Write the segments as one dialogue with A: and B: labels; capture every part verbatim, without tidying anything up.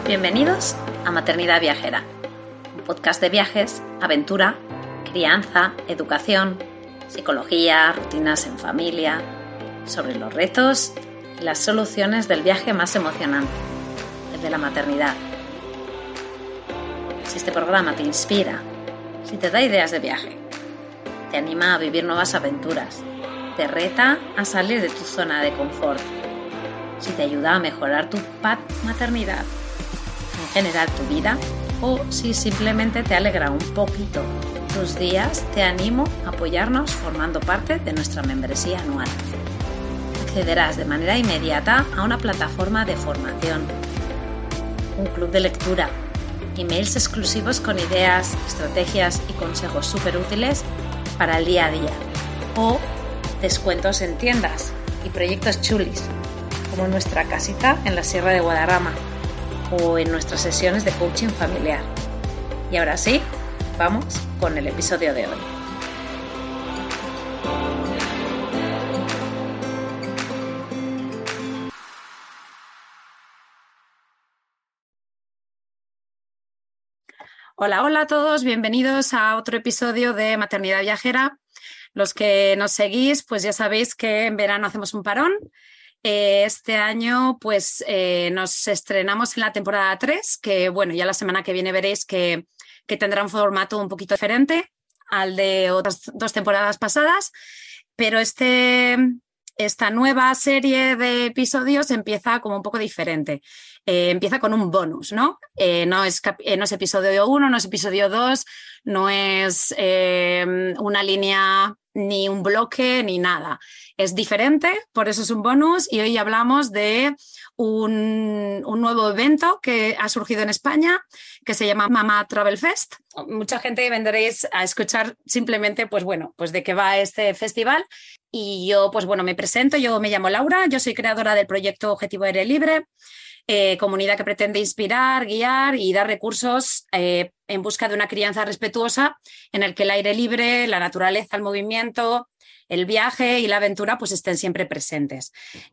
A: Bienvenidos a Maternidad Viajera, un podcast de viajes, aventura, crianza, educación, psicología, rutinas en familia, sobre los retos y las soluciones del viaje más emocionante, el de la maternidad. Si este programa te inspira, si te da ideas de viaje, te anima a vivir nuevas aventuras, te reta a salir de tu zona de confort, si te ayuda a mejorar tu maternidad, en general tu vida, o si simplemente te alegra un poquito tus días, te animo a apoyarnos formando parte de nuestra membresía anual. Accederás de manera inmediata a una plataforma de formación, un club de lectura, emails exclusivos con ideas, estrategias y consejos súper útiles para el día a día, o descuentos en tiendas y proyectos chulis, como nuestra casita en la Sierra de Guadarrama o en nuestras sesiones de coaching familiar. Y ahora sí, vamos con el episodio de hoy. Hola, hola a todos, bienvenidos a otro episodio de Maternidad Viajera. Los que nos seguís, pues ya sabéis que en verano hacemos un parón. Este año pues eh, nos estrenamos en la temporada tres, que bueno, ya la semana que viene veréis que, que tendrá un formato un poquito diferente al de otras dos temporadas pasadas, pero este, esta nueva serie de episodios empieza como un poco diferente. Eh, empieza con un bonus, ¿no? Eh, no, es cap- eh, no es episodio uno, no es episodio dos, no es eh, una línea ni un bloque ni nada. Es diferente, por eso es un bonus, y hoy hablamos de un, un nuevo evento que ha surgido en España que se llama Mama Travel Fest. Mucha gente vendréis a escuchar simplemente, pues bueno, pues de qué va este festival. Y yo, pues bueno, me presento, yo me llamo Laura, yo soy creadora del proyecto Objetivo Aire Libre, Eh, comunidad que pretende inspirar, guiar y dar recursos eh, en busca de una crianza respetuosa en el que el aire libre, la naturaleza, el movimiento, el viaje y la aventura pues estén siempre presentes.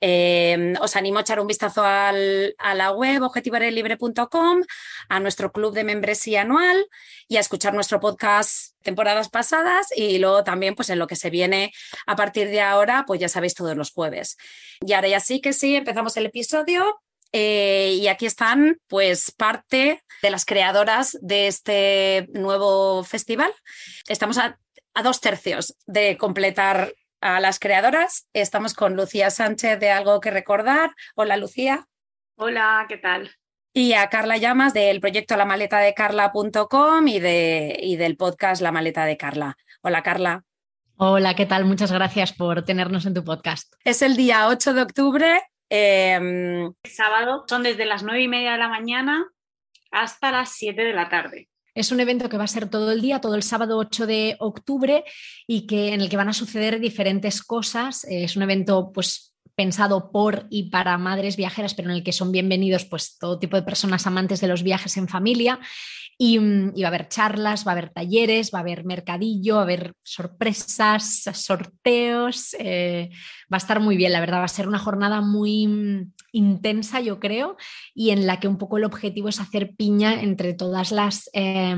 A: Eh, os animo a echar un vistazo al, a la web objetivo aire libre punto com, a nuestro club de membresía anual y a escuchar nuestro podcast temporadas pasadas, y luego también pues en lo que se viene a partir de ahora, pues ya sabéis, todos los jueves. Y ahora ya sí que sí, empezamos el episodio. Eh, y aquí están pues parte de las creadoras de este nuevo festival. Estamos a, a dos tercios de completar a las creadoras. Estamos con Lucía Sánchez de Algo que Recordar. Hola, Lucía.
B: Hola, ¿qué tal?
A: Y a Carla Llamas del proyecto la maleta de carla punto com y, de, y del podcast La Maleta de Carla. Hola, Carla.
C: Hola, ¿qué tal? Muchas gracias por tenernos en tu podcast.
A: Es el día ocho de octubre. Eh,
B: el sábado son desde las nueve y media de la mañana hasta las siete de la tarde.
C: Es un evento que va a ser todo el día, todo el sábado ocho de octubre, y que, en el que van a suceder diferentes cosas. Es un evento pues pensado por y para madres viajeras, pero en el que son bienvenidos pues todo tipo de personas amantes de los viajes en familia. Y, y va a haber charlas, va a haber talleres, va a haber mercadillo, va a haber sorpresas, sorteos. Eh, va a estar muy bien, la verdad. Va a ser una jornada muy intensa, yo creo, y en la que un poco el objetivo es hacer piña entre todas las eh,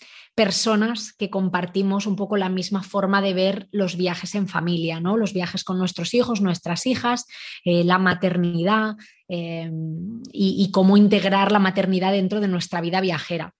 C: personas que compartimos un poco la misma forma de ver los viajes en familia, ¿no? Los viajes con nuestros hijos, nuestras hijas, eh, la maternidad eh, y, y cómo integrar la maternidad dentro de nuestra vida viajera.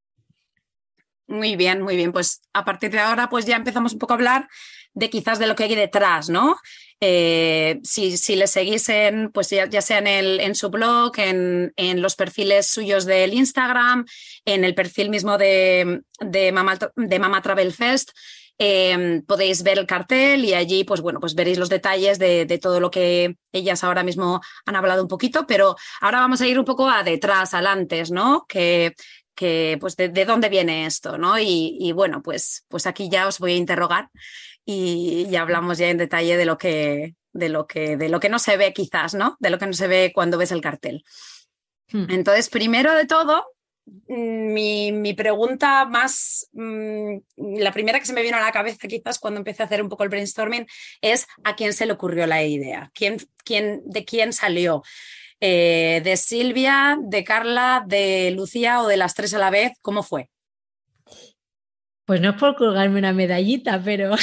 A: Muy bien, muy bien. Pues a partir de ahora pues ya empezamos un poco a hablar de quizás de lo que hay detrás, ¿no? Eh, si, si le seguís en, pues ya, ya sea en, el, en su blog, en, en los perfiles suyos del Instagram, en el perfil mismo de, de, Mama, de Mama Travel Fest, eh, podéis ver el cartel y allí pues bueno, pues veréis los detalles de, de todo lo que ellas ahora mismo han hablado un poquito, pero ahora vamos a ir un poco a detrás, al antes, ¿no? Que que pues de, de dónde viene esto, ¿no? Y, y bueno, pues, pues aquí ya os voy a interrogar y, y hablamos ya en detalle de lo que, de lo que, de lo que no se ve quizás, ¿no? De lo que no se ve cuando ves el cartel. Hmm. Entonces, primero de todo, mi, mi pregunta más, mmm, la primera que se me vino a la cabeza quizás cuando empecé a hacer un poco el brainstorming es ¿a quién se le ocurrió la idea? ¿Quién, quién, ¿De quién salió? Eh, ¿de Silvia, de Carla, de Lucía o de las tres a la vez? ¿Cómo fue?
C: Pues no es por colgarme una medallita, pero...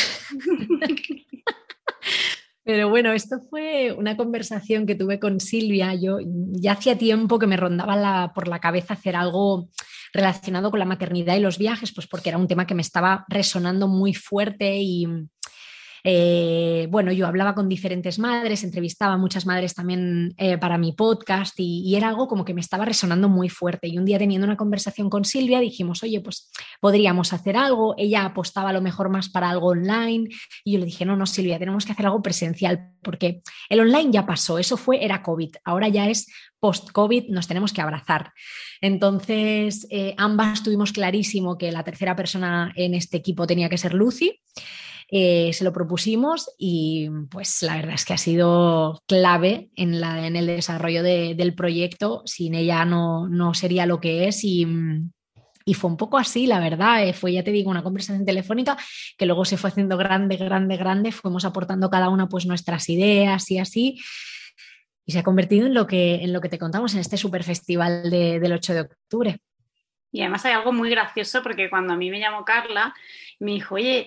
C: Pero bueno, esto fue una conversación que tuve con Silvia. Yo ya hacía tiempo que me rondaba la, por la cabeza hacer algo relacionado con la maternidad y los viajes, pues porque era un tema que me estaba resonando muy fuerte y, eh, bueno, yo hablaba con diferentes madres, entrevistaba a muchas madres también eh, para mi podcast y, y era algo como que me estaba resonando muy fuerte. Y un día teniendo una conversación con Silvia dijimos, oye, pues podríamos hacer algo. Ella apostaba a lo mejor más para algo online y yo le dije, no, no, Silvia, tenemos que hacer algo presencial porque el online ya pasó, eso fue, era COVID, ahora ya es post-COVID, nos tenemos que abrazar. Entonces, eh, ambas tuvimos clarísimo que la tercera persona en este equipo tenía que ser Lucy. Eh, se lo propusimos y pues la verdad es que ha sido clave en, la, en el desarrollo de, del proyecto. Sin ella no, no sería lo que es y, y fue un poco así, la verdad. Eh, fue, ya te digo, una conversación telefónica que luego se fue haciendo grande, grande, grande. Fuimos aportando cada una pues nuestras ideas y así. Y se ha convertido en lo que, en lo que te contamos en este super festival de, del ocho de octubre.
B: Y además hay algo muy gracioso porque cuando a mí me llamó Carla, me dijo, oye,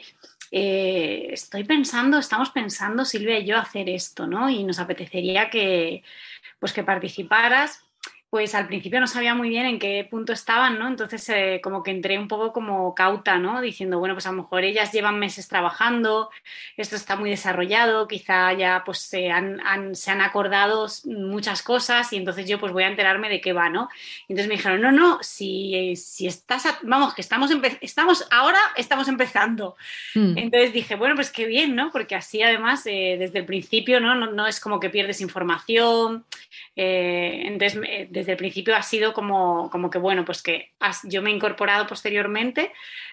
B: eh, estoy pensando, estamos pensando Silvia y yo hacer esto, ¿no? Y nos apetecería que, pues que participaras. Pues al principio no sabía muy bien en qué punto estaban, ¿no? Entonces eh, como que entré un poco como cauta, ¿no? Diciendo, bueno, pues a lo mejor ellas llevan meses trabajando, esto está muy desarrollado, quizá ya pues se han, han, se han acordado muchas cosas y entonces yo pues voy a enterarme de qué va, ¿no? Y entonces me dijeron, no, no, si, si estás, a, vamos, que estamos, estamos, ahora estamos empezando. Mm. Entonces dije, bueno, pues qué bien, ¿no? Porque así además eh, desde el principio, ¿no? No, no es como que pierdes información, eh, entonces eh, desde el principio ha sido como, como que, bueno, pues que has, yo me he incorporado posteriormente,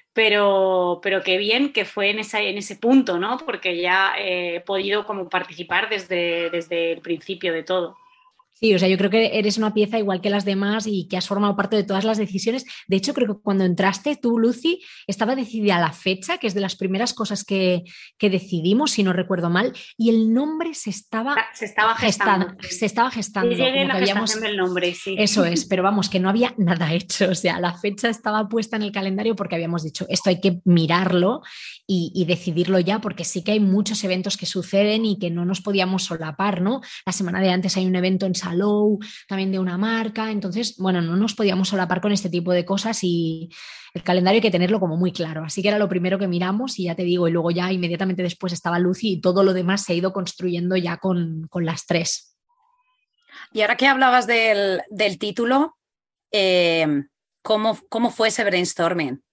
B: pero, pero qué bien que fue en, esa, en ese punto, ¿no? Porque ya eh, he podido como participar desde, desde el principio de todo.
C: Sí, o sea, yo creo que eres una pieza igual que las demás y que has formado parte de todas las decisiones. De hecho, creo que cuando entraste tú, Lucy, estaba decidida la fecha, que es de las primeras cosas que, que decidimos, si no recuerdo mal, y el nombre se estaba,
B: se estaba gestando.
C: gestando. Se estaba gestando.
B: Y llegué
C: como
B: la
C: que habíamos...
B: gestación del nombre, sí.
C: Eso es, pero vamos, que no había nada hecho. O sea, la fecha estaba puesta en el calendario porque habíamos dicho, esto hay que mirarlo y, y decidirlo ya, porque sí que hay muchos eventos que suceden y que no nos podíamos solapar, ¿no? La semana de antes hay un evento en Salou, también de una marca, entonces, bueno, no nos podíamos solapar con este tipo de cosas y el calendario hay que tenerlo como muy claro, así que era lo primero que miramos y ya te digo, y luego ya inmediatamente después estaba Lucy y todo lo demás se ha ido construyendo ya con, con las tres.
A: Y ahora que hablabas del, del título, eh, ¿cómo, ¿cómo fue ese brainstorming?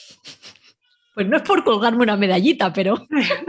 C: Pues no es por colgarme una medallita, pero...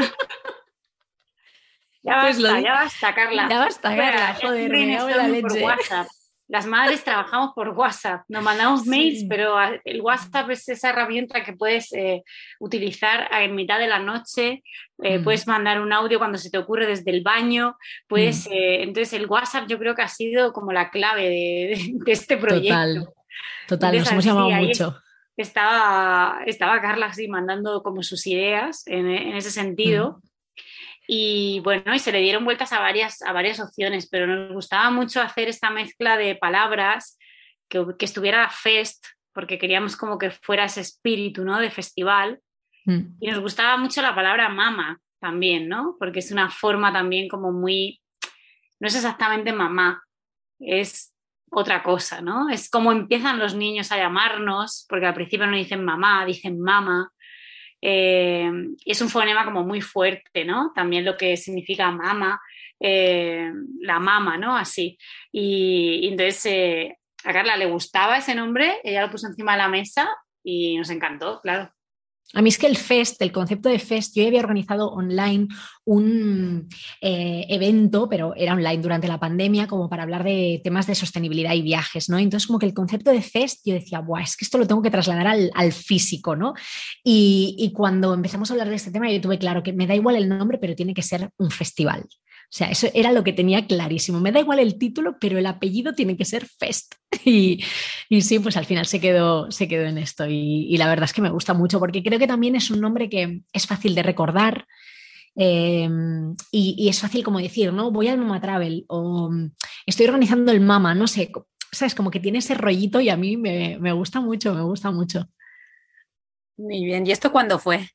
B: Ya basta, pues ya basta, Carla.
C: Ya basta, Carla, joder, me cago en la leche.
B: Por WhatsApp. Las madres trabajamos por WhatsApp, nos mandamos sí. mails, pero el WhatsApp es esa herramienta que puedes eh, utilizar en mitad de la noche, eh, mm. puedes mandar un audio cuando se te ocurre desde el baño, puedes, mm. eh, entonces el WhatsApp yo creo que ha sido como la clave de, de este proyecto.
C: Total, total,
B: entonces,
C: nos hemos llamado
B: sí,
C: mucho.
B: Estaba, estaba Carla así mandando como sus ideas en, en ese sentido. Mm. Y bueno, y se le dieron vueltas a varias, a varias opciones, pero nos gustaba mucho hacer esta mezcla de palabras, que, que estuviera fest, porque queríamos como que fuera ese espíritu, ¿no? De festival. Mm. Y nos gustaba mucho la palabra mama también, ¿no? Porque es una forma también como muy... No es exactamente mamá, es otra cosa, ¿no? Es como empiezan los niños a llamarnos, porque al principio no dicen mamá, dicen mama. Eh, es un fonema como muy fuerte, ¿no? También lo que significa mama, eh, la mama, ¿no? Así. Y, y entonces eh, a Carla le gustaba ese nombre, ella lo puso encima de la mesa y nos encantó, claro.
C: A mí es que el fest, el concepto de fest, yo había organizado online un eh, evento, pero era online durante la pandemia, como para hablar de temas de sostenibilidad y viajes, ¿no? Entonces, como que el concepto de fest, yo decía, buah, es que esto lo tengo que trasladar al, al físico, ¿no? Y, y cuando empezamos a hablar de este tema, yo tuve claro que me da igual el nombre, pero tiene que ser un festival. O sea, eso era lo que tenía clarísimo. Me da igual el título, pero el apellido tiene que ser Fest. Y, y sí, pues al final se quedó, se quedó en esto. Y, y la verdad es que me gusta mucho porque creo que también es un nombre que es fácil de recordar. Eh, y, y es fácil como decir, ¿no? Voy al Mama Travel o estoy organizando el mama, no sé, sabes, como que tiene ese rollito y a mí me, me gusta mucho, me gusta mucho.
A: Muy bien. ¿Y esto cuándo fue?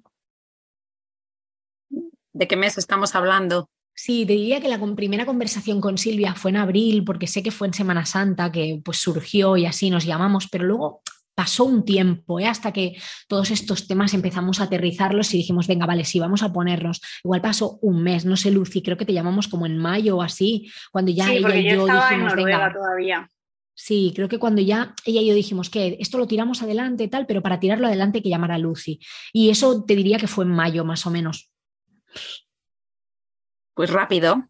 A: ¿De qué mes estamos hablando?
C: Sí, te diría que la con- primera conversación con Silvia fue en abril, porque sé que fue en Semana Santa que pues surgió y así nos llamamos, pero luego pasó un tiempo, ¿eh? Hasta que todos estos temas empezamos a aterrizarlos y dijimos, venga, vale, sí, vamos a ponernos. Igual pasó un mes, no sé, Lucy, creo que te llamamos como en mayo o así, cuando ya
B: Sí,
C: ella
B: porque
C: y
B: yo
C: yo
B: estaba en
C: dijimos,
B: Noruega
C: venga,
B: todavía.
C: sí, creo que cuando ya ella y yo dijimos que esto lo tiramos adelante y tal, pero para tirarlo adelante hay que llamar a Lucy. Y eso te diría que fue en mayo más o menos.
A: Pues rápido.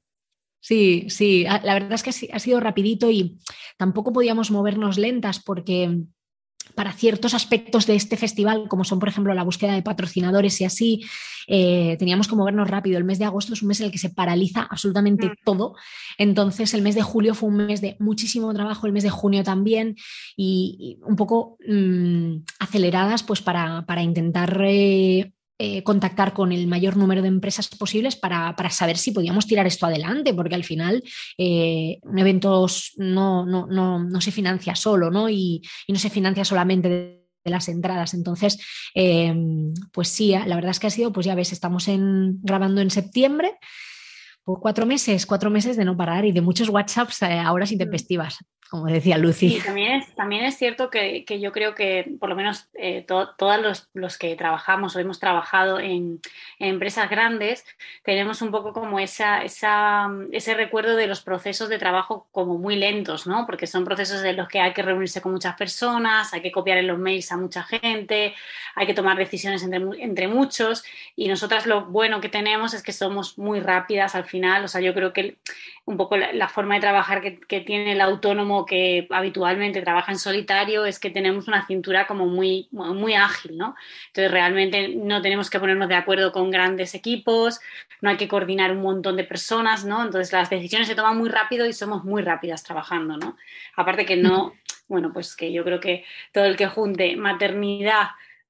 C: Sí, sí, a- la verdad es que ha si- ha sido rapidito y tampoco podíamos movernos lentas porque para ciertos aspectos de este festival, como son, por ejemplo, la búsqueda de patrocinadores y así, eh, teníamos que movernos rápido. El mes de agosto es un mes en el que se paraliza absolutamente
B: Mm.
C: todo. Entonces, el mes de julio fue un mes de muchísimo trabajo, el mes de junio también, y, y un poco mmm, aceleradas pues, para, para intentar eh, eh, contactar con el mayor número de empresas posibles para, para, saber si podíamos tirar esto adelante, porque al final eh, un evento no, no, no, no se financia solo, ¿no? Y, y no se financia solamente de, de las entradas. Entonces, eh, pues sí, la verdad es que ha sido, pues ya ves, estamos en, grabando en septiembre, por cuatro meses, cuatro meses de no parar y de muchos WhatsApps eh, a horas intempestivas, como decía Lucy.
B: Sí, también es, también es cierto que, que yo creo que por lo menos eh, to- todos los, los que trabajamos o hemos trabajado en, en empresas grandes tenemos un poco como esa, esa, ese recuerdo de los procesos de trabajo como muy lentos, ¿no? Porque son procesos en los que hay que reunirse con muchas personas, hay que copiar en los mails a mucha gente, hay que tomar decisiones entre, entre muchos y nosotras lo bueno que tenemos es que somos muy rápidas al final, o sea, yo creo que un poco la, la forma de trabajar que, que tiene el autónomo que habitualmente trabaja en solitario es que tenemos una cintura como muy, muy ágil, ¿no? Entonces realmente no tenemos que ponernos de acuerdo con grandes equipos, no hay que coordinar un montón de personas, ¿no? Entonces las decisiones se toman muy rápido y somos muy rápidas trabajando, ¿no? Aparte que no, bueno, pues que yo creo que todo el que junte maternidad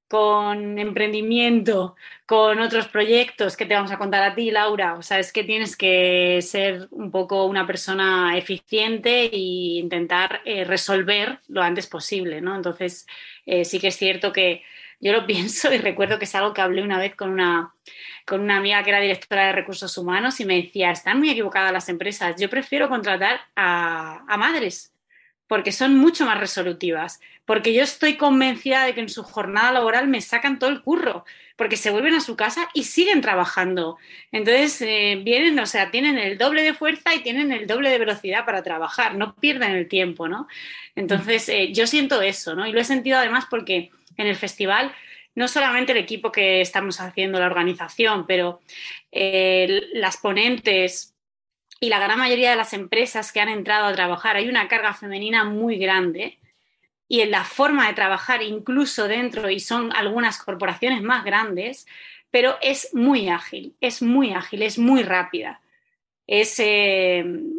B: con emprendimiento, con otros proyectos que te vamos a contar a ti, Laura. O sea, es que tienes que ser un poco una persona eficiente e intentar eh, resolver lo antes posible, ¿no? Entonces, eh, sí que es cierto que yo lo pienso y recuerdo que es algo que hablé una vez con una, con una amiga que era directora de recursos humanos y me decía, están muy equivocadas las empresas, yo prefiero contratar a, a madres porque son mucho más resolutivas, porque yo estoy convencida de que en su jornada laboral me sacan todo el curro, porque se vuelven a su casa y siguen trabajando. Entonces, eh, vienen, o sea, tienen el doble de fuerza y tienen el doble de velocidad para trabajar, no pierden el tiempo, ¿no? Entonces, eh, yo siento eso, ¿no? Y lo he sentido además porque en el festival no solamente el equipo que estamos haciendo, la organización, pero eh, las ponentes y la gran mayoría de las empresas que han entrado a trabajar, hay una carga femenina muy grande y en la forma de trabajar incluso dentro, y son algunas corporaciones más grandes, pero es muy ágil, es muy ágil, es muy rápida. Es, eh,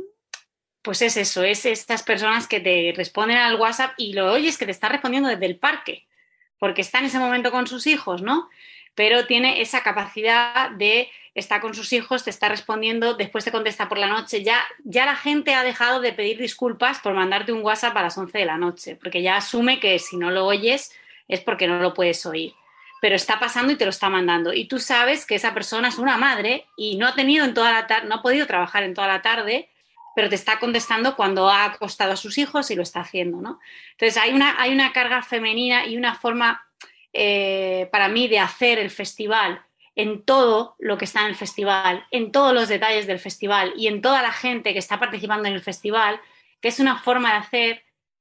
B: pues es eso, es estas personas que te responden al WhatsApp y lo oyes que te está respondiendo desde el parque, porque está en ese momento con sus hijos, ¿no? Pero tiene esa capacidad de estar con sus hijos, te está respondiendo, después te contesta por la noche. Ya, ya la gente ha dejado de pedir disculpas por mandarte un WhatsApp a las once de la noche, porque ya asume que si no lo oyes es porque no lo puedes oír. Pero está pasando y te lo está mandando. Y tú sabes que esa persona es una madre y no ha tenido en toda la tarde, no ha podido trabajar en toda la tarde, pero te está contestando cuando ha acostado a sus hijos y lo está haciendo, ¿no? Entonces hay una, hay una carga femenina y una forma eh, para mí de hacer el festival en todo lo que está en el festival, en todos los detalles del festival y en toda la gente que está participando en el festival, que es una forma de hacer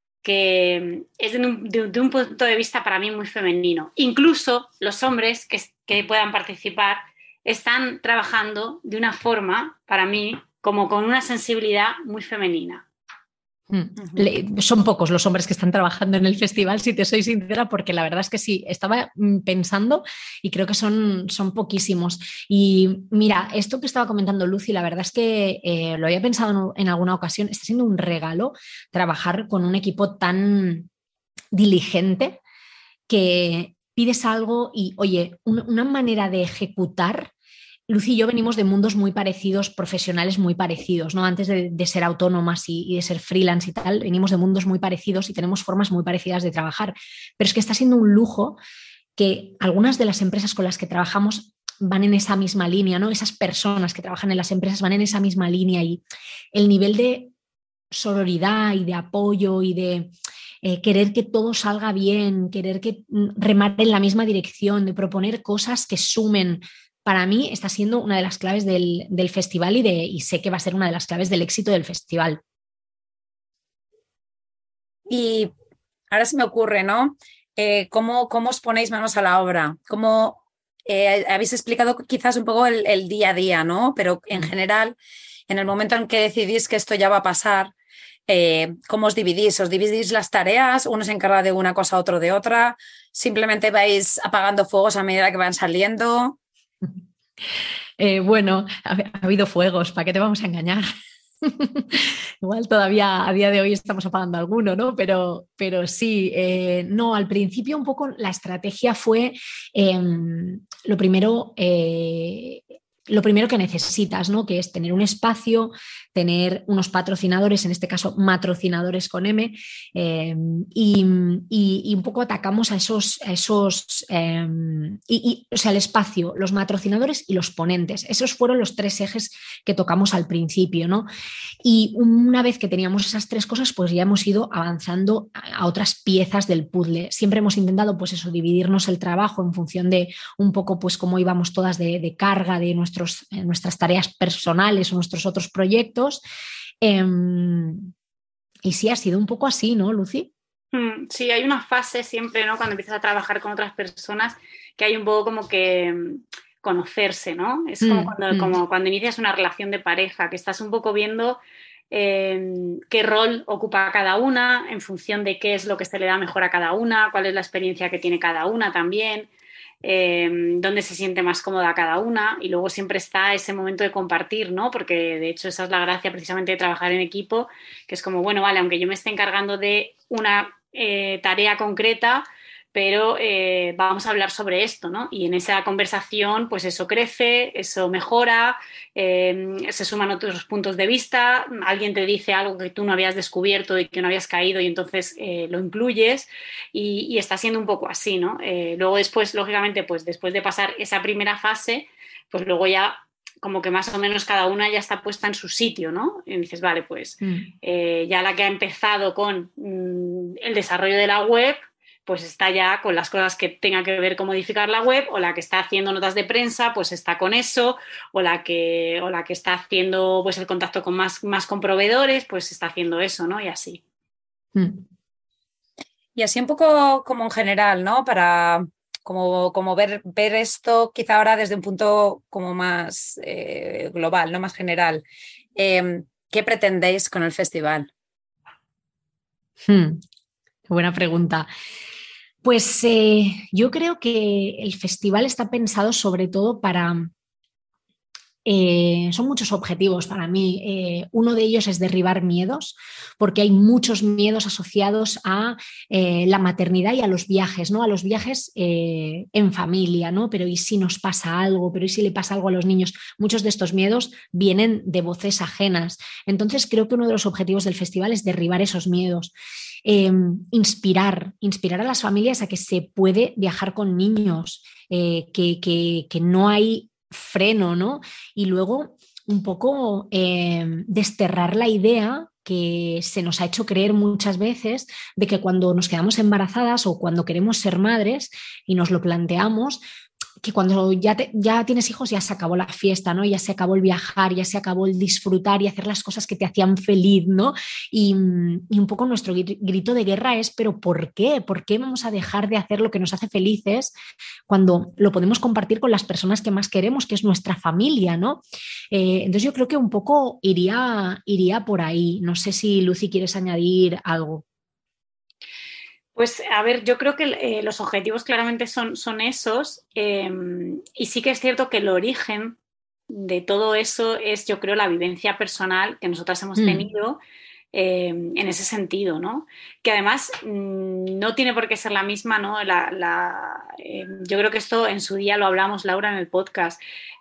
B: que es de un, de, de un punto de vista para mí muy femenino. Incluso los hombres que, que puedan participar están trabajando de una forma, para mí, como con una sensibilidad muy femenina.
C: Uh-huh. Son pocos los hombres que están trabajando en el festival, si te soy sincera, porque la verdad es que sí, estaba pensando y creo que son, son poquísimos. Y mira, esto que estaba comentando Lucy, la verdad es que eh, lo había pensado en, en alguna ocasión, está siendo un regalo trabajar con un equipo tan diligente que pides algo y, oye, un, una manera de ejecutar Lucy y yo venimos de mundos muy parecidos, profesionales muy parecidos, ¿no? Antes de, de ser autónomas y, y de ser freelance y tal, venimos de mundos muy parecidos y tenemos formas muy parecidas de trabajar. Pero es que está siendo un lujo que algunas de las empresas con las que trabajamos van en esa misma línea, ¿no? Esas personas que trabajan en las empresas van en esa misma línea y el nivel de sororidad y de apoyo y de eh, querer que todo salga bien, querer que remar en la misma dirección, de proponer cosas que sumen, para mí está siendo una de las claves del, del festival y, de, y sé que va a ser una de las claves del éxito del festival.
A: Y ahora se me ocurre, ¿no? Eh, ¿cómo, ¿Cómo os ponéis manos a la obra? ¿Cómo eh, habéis explicado quizás un poco el, el día a día, ¿no? Pero en general, en el momento en que decidís que esto ya va a pasar, eh, ¿cómo os dividís? ¿Os dividís las tareas? ¿Uno se encarga de una cosa, otro de otra? ¿Simplemente vais apagando fuegos a medida que van saliendo?
C: Eh, bueno, ha, ha habido fuegos, ¿para qué te vamos a engañar? Igual todavía a día de hoy estamos apagando alguno, ¿no? Pero, pero sí, eh, no, al principio un poco la estrategia fue eh, lo primero. Eh, lo primero que necesitas, ¿no? Que es tener un espacio, tener unos patrocinadores, en este caso matrocinadores con M, eh, y, y, y un poco atacamos a esos, a esos eh, y, y, o sea, el espacio, los matrocinadores y los ponentes. Esos fueron los tres ejes que tocamos al principio, ¿no? Y una vez que teníamos esas tres cosas, pues ya hemos ido avanzando a otras piezas del puzzle. Siempre hemos intentado, pues eso, dividirnos el trabajo en función de un poco, pues cómo íbamos todas de, de carga de nuestros, eh, nuestras tareas personales o nuestros otros proyectos. Eh, y sí, ha sido un poco así, ¿no, Lucy?
B: Sí, hay una fase siempre, ¿no? Cuando empiezas a trabajar con otras personas, que hay un poco como que conocerse, ¿no? Es como, mm, cuando, mm. como cuando inicias una relación de pareja, que estás un poco viendo eh, qué rol ocupa cada una, en función de qué es lo que se le da mejor a cada una, cuál es la experiencia que tiene cada una también, eh, dónde se siente más cómoda cada una, y luego siempre está ese momento de compartir, ¿no? Porque de hecho esa es la gracia precisamente de trabajar en equipo, que es como, bueno, vale, aunque yo me esté encargando de una eh, tarea concreta, pero eh, vamos a hablar sobre esto, ¿no? Y en esa conversación, pues eso crece, eso mejora, eh, se suman otros puntos de vista, alguien te dice algo que tú no habías descubierto y que no habías caído y entonces eh, lo incluyes y, y está siendo un poco así, ¿no? Eh, luego después, lógicamente, pues después de pasar esa primera fase, pues luego ya como que más o menos cada una ya está puesta en su sitio, ¿no? Y dices, vale, pues mm. eh, ya la que ha empezado con mm, el desarrollo de la web, pues está ya con las cosas que tenga que ver con modificar la web, o la que está haciendo notas de prensa, pues está con eso, o la que, o la que está haciendo pues el contacto con más, más con proveedores, pues está haciendo eso, ¿no? Y así.
A: Mm. Y así un poco como en general, ¿no? Para como, como ver, ver esto quizá ahora desde un punto como más eh, global, ¿no? Más general. Eh, ¿Qué pretendéis con el festival?
C: Hmm. Buena pregunta. Pues eh, yo creo que el festival está pensado sobre todo para... Eh, son muchos objetivos para mí. Eh, uno de ellos es derribar miedos, porque hay muchos miedos asociados a eh, la maternidad y a los viajes, ¿no? A los viajes eh, en familia, ¿no? Pero ¿y si nos pasa algo? ¿Pero y si le pasa algo a los niños? Muchos de estos miedos vienen de voces ajenas. Entonces creo que uno de los objetivos del festival es derribar esos miedos. Eh, inspirar, inspirar a las familias a que se puede viajar con niños, eh, que, que, que no hay freno, ¿no? Y luego un poco eh, desterrar la idea que se nos ha hecho creer muchas veces de que cuando nos quedamos embarazadas o cuando queremos ser madres y nos lo planteamos, que cuando ya, te, ya tienes hijos ya se acabó la fiesta, ¿no? Ya se acabó el viajar, ya se acabó el disfrutar y hacer las cosas que te hacían feliz, ¿no? Y, y un poco nuestro grito de guerra es, ¿pero por qué? ¿Por qué vamos a dejar de hacer lo que nos hace felices cuando lo podemos compartir con las personas que más queremos, que es nuestra familia, ¿no? Eh, entonces yo creo que un poco iría, iría por ahí. No sé si, Lucy, quieres añadir algo.
B: Pues a ver, yo creo que eh, los objetivos claramente son, son esos eh, y sí que es cierto que el origen de todo eso es, yo creo, la vivencia personal que nosotras hemos mm. tenido eh, en ese sentido, ¿no? Que además mmm, no tiene por qué ser la misma, ¿no? La, la, eh, yo creo que esto en su día lo hablamos, Laura, en el podcast.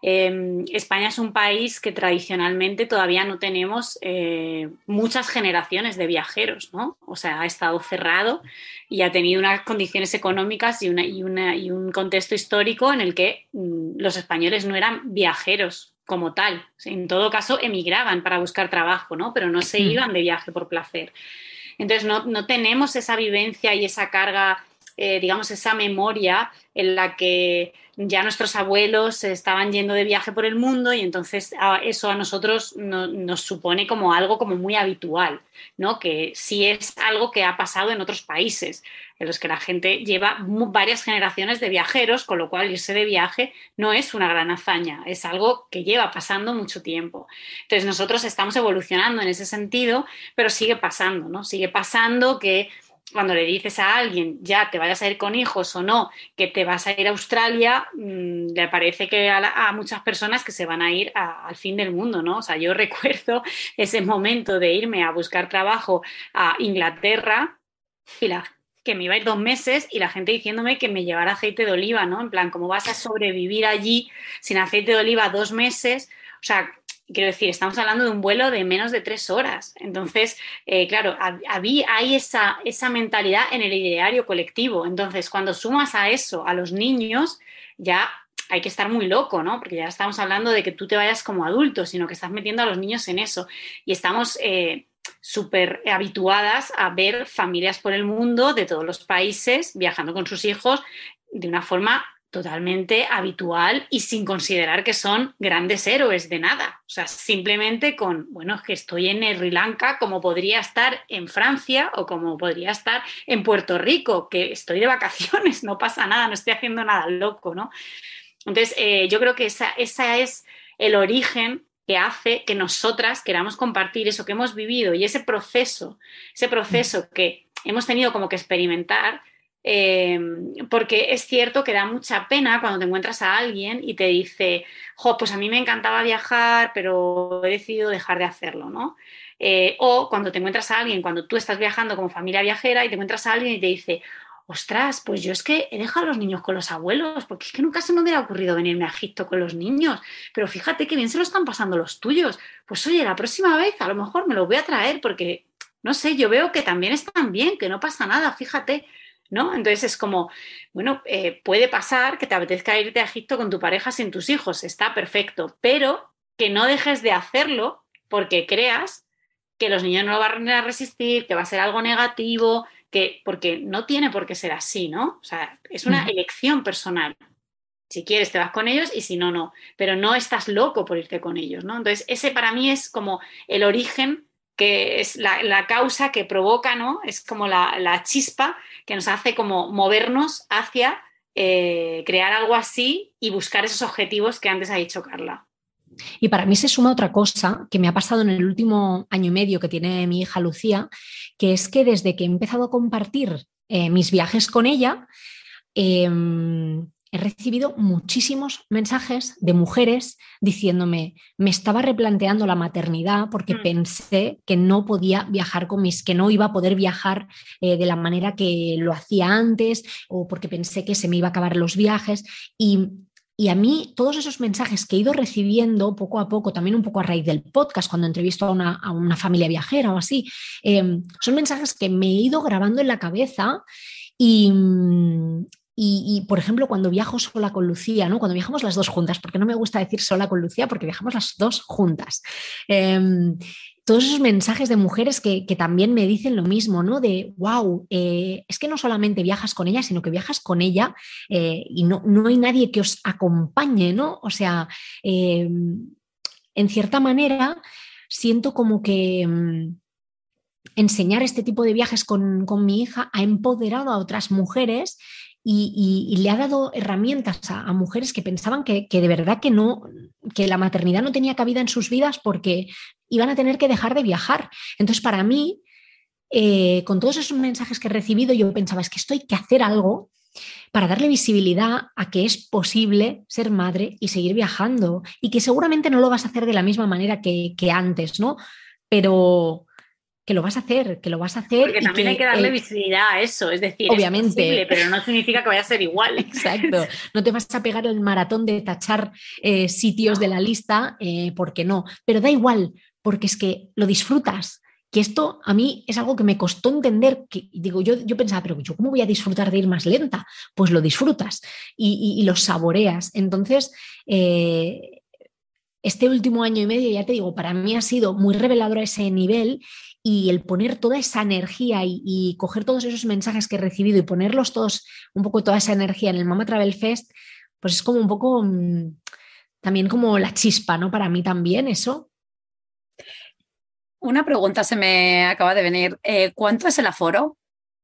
B: Eh, España es un país que tradicionalmente todavía no tenemos eh, muchas generaciones de viajeros, ¿no? O sea, ha estado cerrado y ha tenido unas condiciones económicas y, una, y, una, y un contexto histórico en el que mmm, los españoles no eran viajeros como tal. En todo caso, emigraban para buscar trabajo, ¿no? Pero no se iban de viaje por placer. Entonces, no, no tenemos esa vivencia y esa carga, eh, digamos, esa memoria en la que ya nuestros abuelos estaban yendo de viaje por el mundo y entonces a eso a nosotros no, nos supone como algo como muy habitual, ¿no? Que sí es algo que ha pasado en otros países, en los que la gente lleva varias generaciones de viajeros, con lo cual irse de viaje no es una gran hazaña, es algo que lleva pasando mucho tiempo. Entonces nosotros estamos evolucionando en ese sentido, pero sigue pasando, ¿no? Sigue pasando que cuando le dices a alguien, ya te vayas a ir con hijos o no, que te vas a ir a Australia, mmm, le parece que a, la, a muchas personas que se van a ir a, al fin del mundo, ¿no? O sea, yo recuerdo ese momento de irme a buscar trabajo a Inglaterra y la que me iba a ir dos meses y la gente diciéndome que me llevara aceite de oliva, ¿no? En plan, ¿cómo vas a sobrevivir allí sin aceite de oliva dos meses? O sea, quiero decir, estamos hablando de un vuelo de menos de tres horas. Entonces, eh, claro, había, hay esa, esa mentalidad en el ideario colectivo. Entonces, cuando sumas a eso a los niños, ya hay que estar muy loco, ¿no? Porque ya estamos hablando de que tú te vayas como adulto, sino que estás metiendo a los niños en eso. Y estamos eh, súper habituadas a ver familias por el mundo de todos los países viajando con sus hijos de una forma totalmente habitual y sin considerar que son grandes héroes de nada. O sea, simplemente con, bueno, que estoy en Sri Lanka como podría estar en Francia o como podría estar en Puerto Rico, que estoy de vacaciones, no pasa nada, no estoy haciendo nada loco, ¿no? Entonces, eh, yo creo que esa, esa es el origen que hace que nosotras queramos compartir eso que hemos vivido y ese proceso, ese proceso que hemos tenido como que experimentar. Eh, porque es cierto que da mucha pena cuando te encuentras a alguien y te dice, jo, pues a mí me encantaba viajar, pero he decidido dejar de hacerlo, ¿no? Eh, o cuando te encuentras a alguien, cuando tú estás viajando como familia viajera y te encuentras a alguien y te dice, ostras, pues yo es que he dejado a los niños con los abuelos, porque es que nunca se me hubiera ocurrido venirme a Egipto con los niños, pero fíjate que bien se lo están pasando los tuyos. Pues oye, la próxima vez a lo mejor me los voy a traer porque, no sé, yo veo que también están bien, que no pasa nada, fíjate, ¿no? Entonces es como, bueno, eh, puede pasar que te apetezca irte a Egipto con tu pareja sin tus hijos, está perfecto, pero que no dejes de hacerlo porque creas que los niños no lo van a resistir, que va a ser algo negativo, que, porque no tiene por qué ser así, ¿no? O sea, es una elección personal. Si quieres te vas con ellos y si no, no. Pero no estás loco por irte con ellos, ¿no? Entonces ese para mí es como el origen, que es la, la causa que provoca, ¿no? Es como la, la chispa que nos hace como movernos hacia eh, crear algo así y buscar esos objetivos que antes ha dicho Carla.
C: Y para mí se suma otra cosa que me ha pasado en el último año y medio que tiene mi hija Lucía, que es que desde que he empezado a compartir eh, mis viajes con ella, eh, he recibido muchísimos mensajes de mujeres diciéndome, me estaba replanteando la maternidad porque mm. pensé que no podía viajar con mis, que no iba a poder viajar eh, de la manera que lo hacía antes, o porque pensé que se me iba a acabar los viajes. Y Y a mí todos esos mensajes que he ido recibiendo poco a poco, también un poco a raíz del podcast, cuando entrevisto a una, a una familia viajera o así, eh, son mensajes que me he ido grabando en la cabeza y, y, y, por ejemplo, cuando viajo sola con Lucía, ¿no? Cuando viajamos las dos juntas, porque no me gusta decir sola con Lucía, porque viajamos las dos juntas. Eh, todos esos mensajes de mujeres que, que también me dicen lo mismo, ¿no? De, wow, eh, es que no solamente viajas con ella, sino que viajas con ella eh, y no, no hay nadie que os acompañe, ¿no? O sea, eh, en cierta manera siento como que mmm, enseñar este tipo de viajes con, con mi hija ha empoderado a otras mujeres Y, y, y le ha dado herramientas a, a mujeres que pensaban que, que de verdad que no, que la maternidad no tenía cabida en sus vidas porque iban a tener que dejar de viajar. Entonces, para mí, eh, con todos esos mensajes que he recibido, yo pensaba, es que esto hay que hacer algo para darle visibilidad a que es posible ser madre y seguir viajando y que seguramente no lo vas a hacer de la misma manera que, que antes, ¿no? Pero... que lo vas a hacer, que lo vas a hacer.
B: Porque
C: y
B: también
C: que,
B: hay que darle
C: eh,
B: visibilidad a eso, es decir,
C: obviamente,
B: es posible, pero no significa que vaya a ser igual.
C: Exacto, no te vas a pegar el maratón de tachar eh, sitios
B: No.
C: de la lista, eh, porque no, pero da igual, porque es que lo disfrutas. Que esto a mí es algo que me costó entender, que digo, yo, yo pensaba, pero yo cómo voy a disfrutar de ir más lenta, pues lo disfrutas y, y, y lo saboreas. Entonces, eh, este último año y medio, ya te digo, para mí ha sido muy revelador a ese nivel, y el poner toda esa energía y, y coger todos esos mensajes que he recibido y ponerlos todos, un poco toda esa energía en el Mama Travel Fest, pues es como un poco mmm, también como la chispa, ¿no? Para mí también eso.
A: Una pregunta se me acaba de venir. Eh, ¿cuánto es el aforo?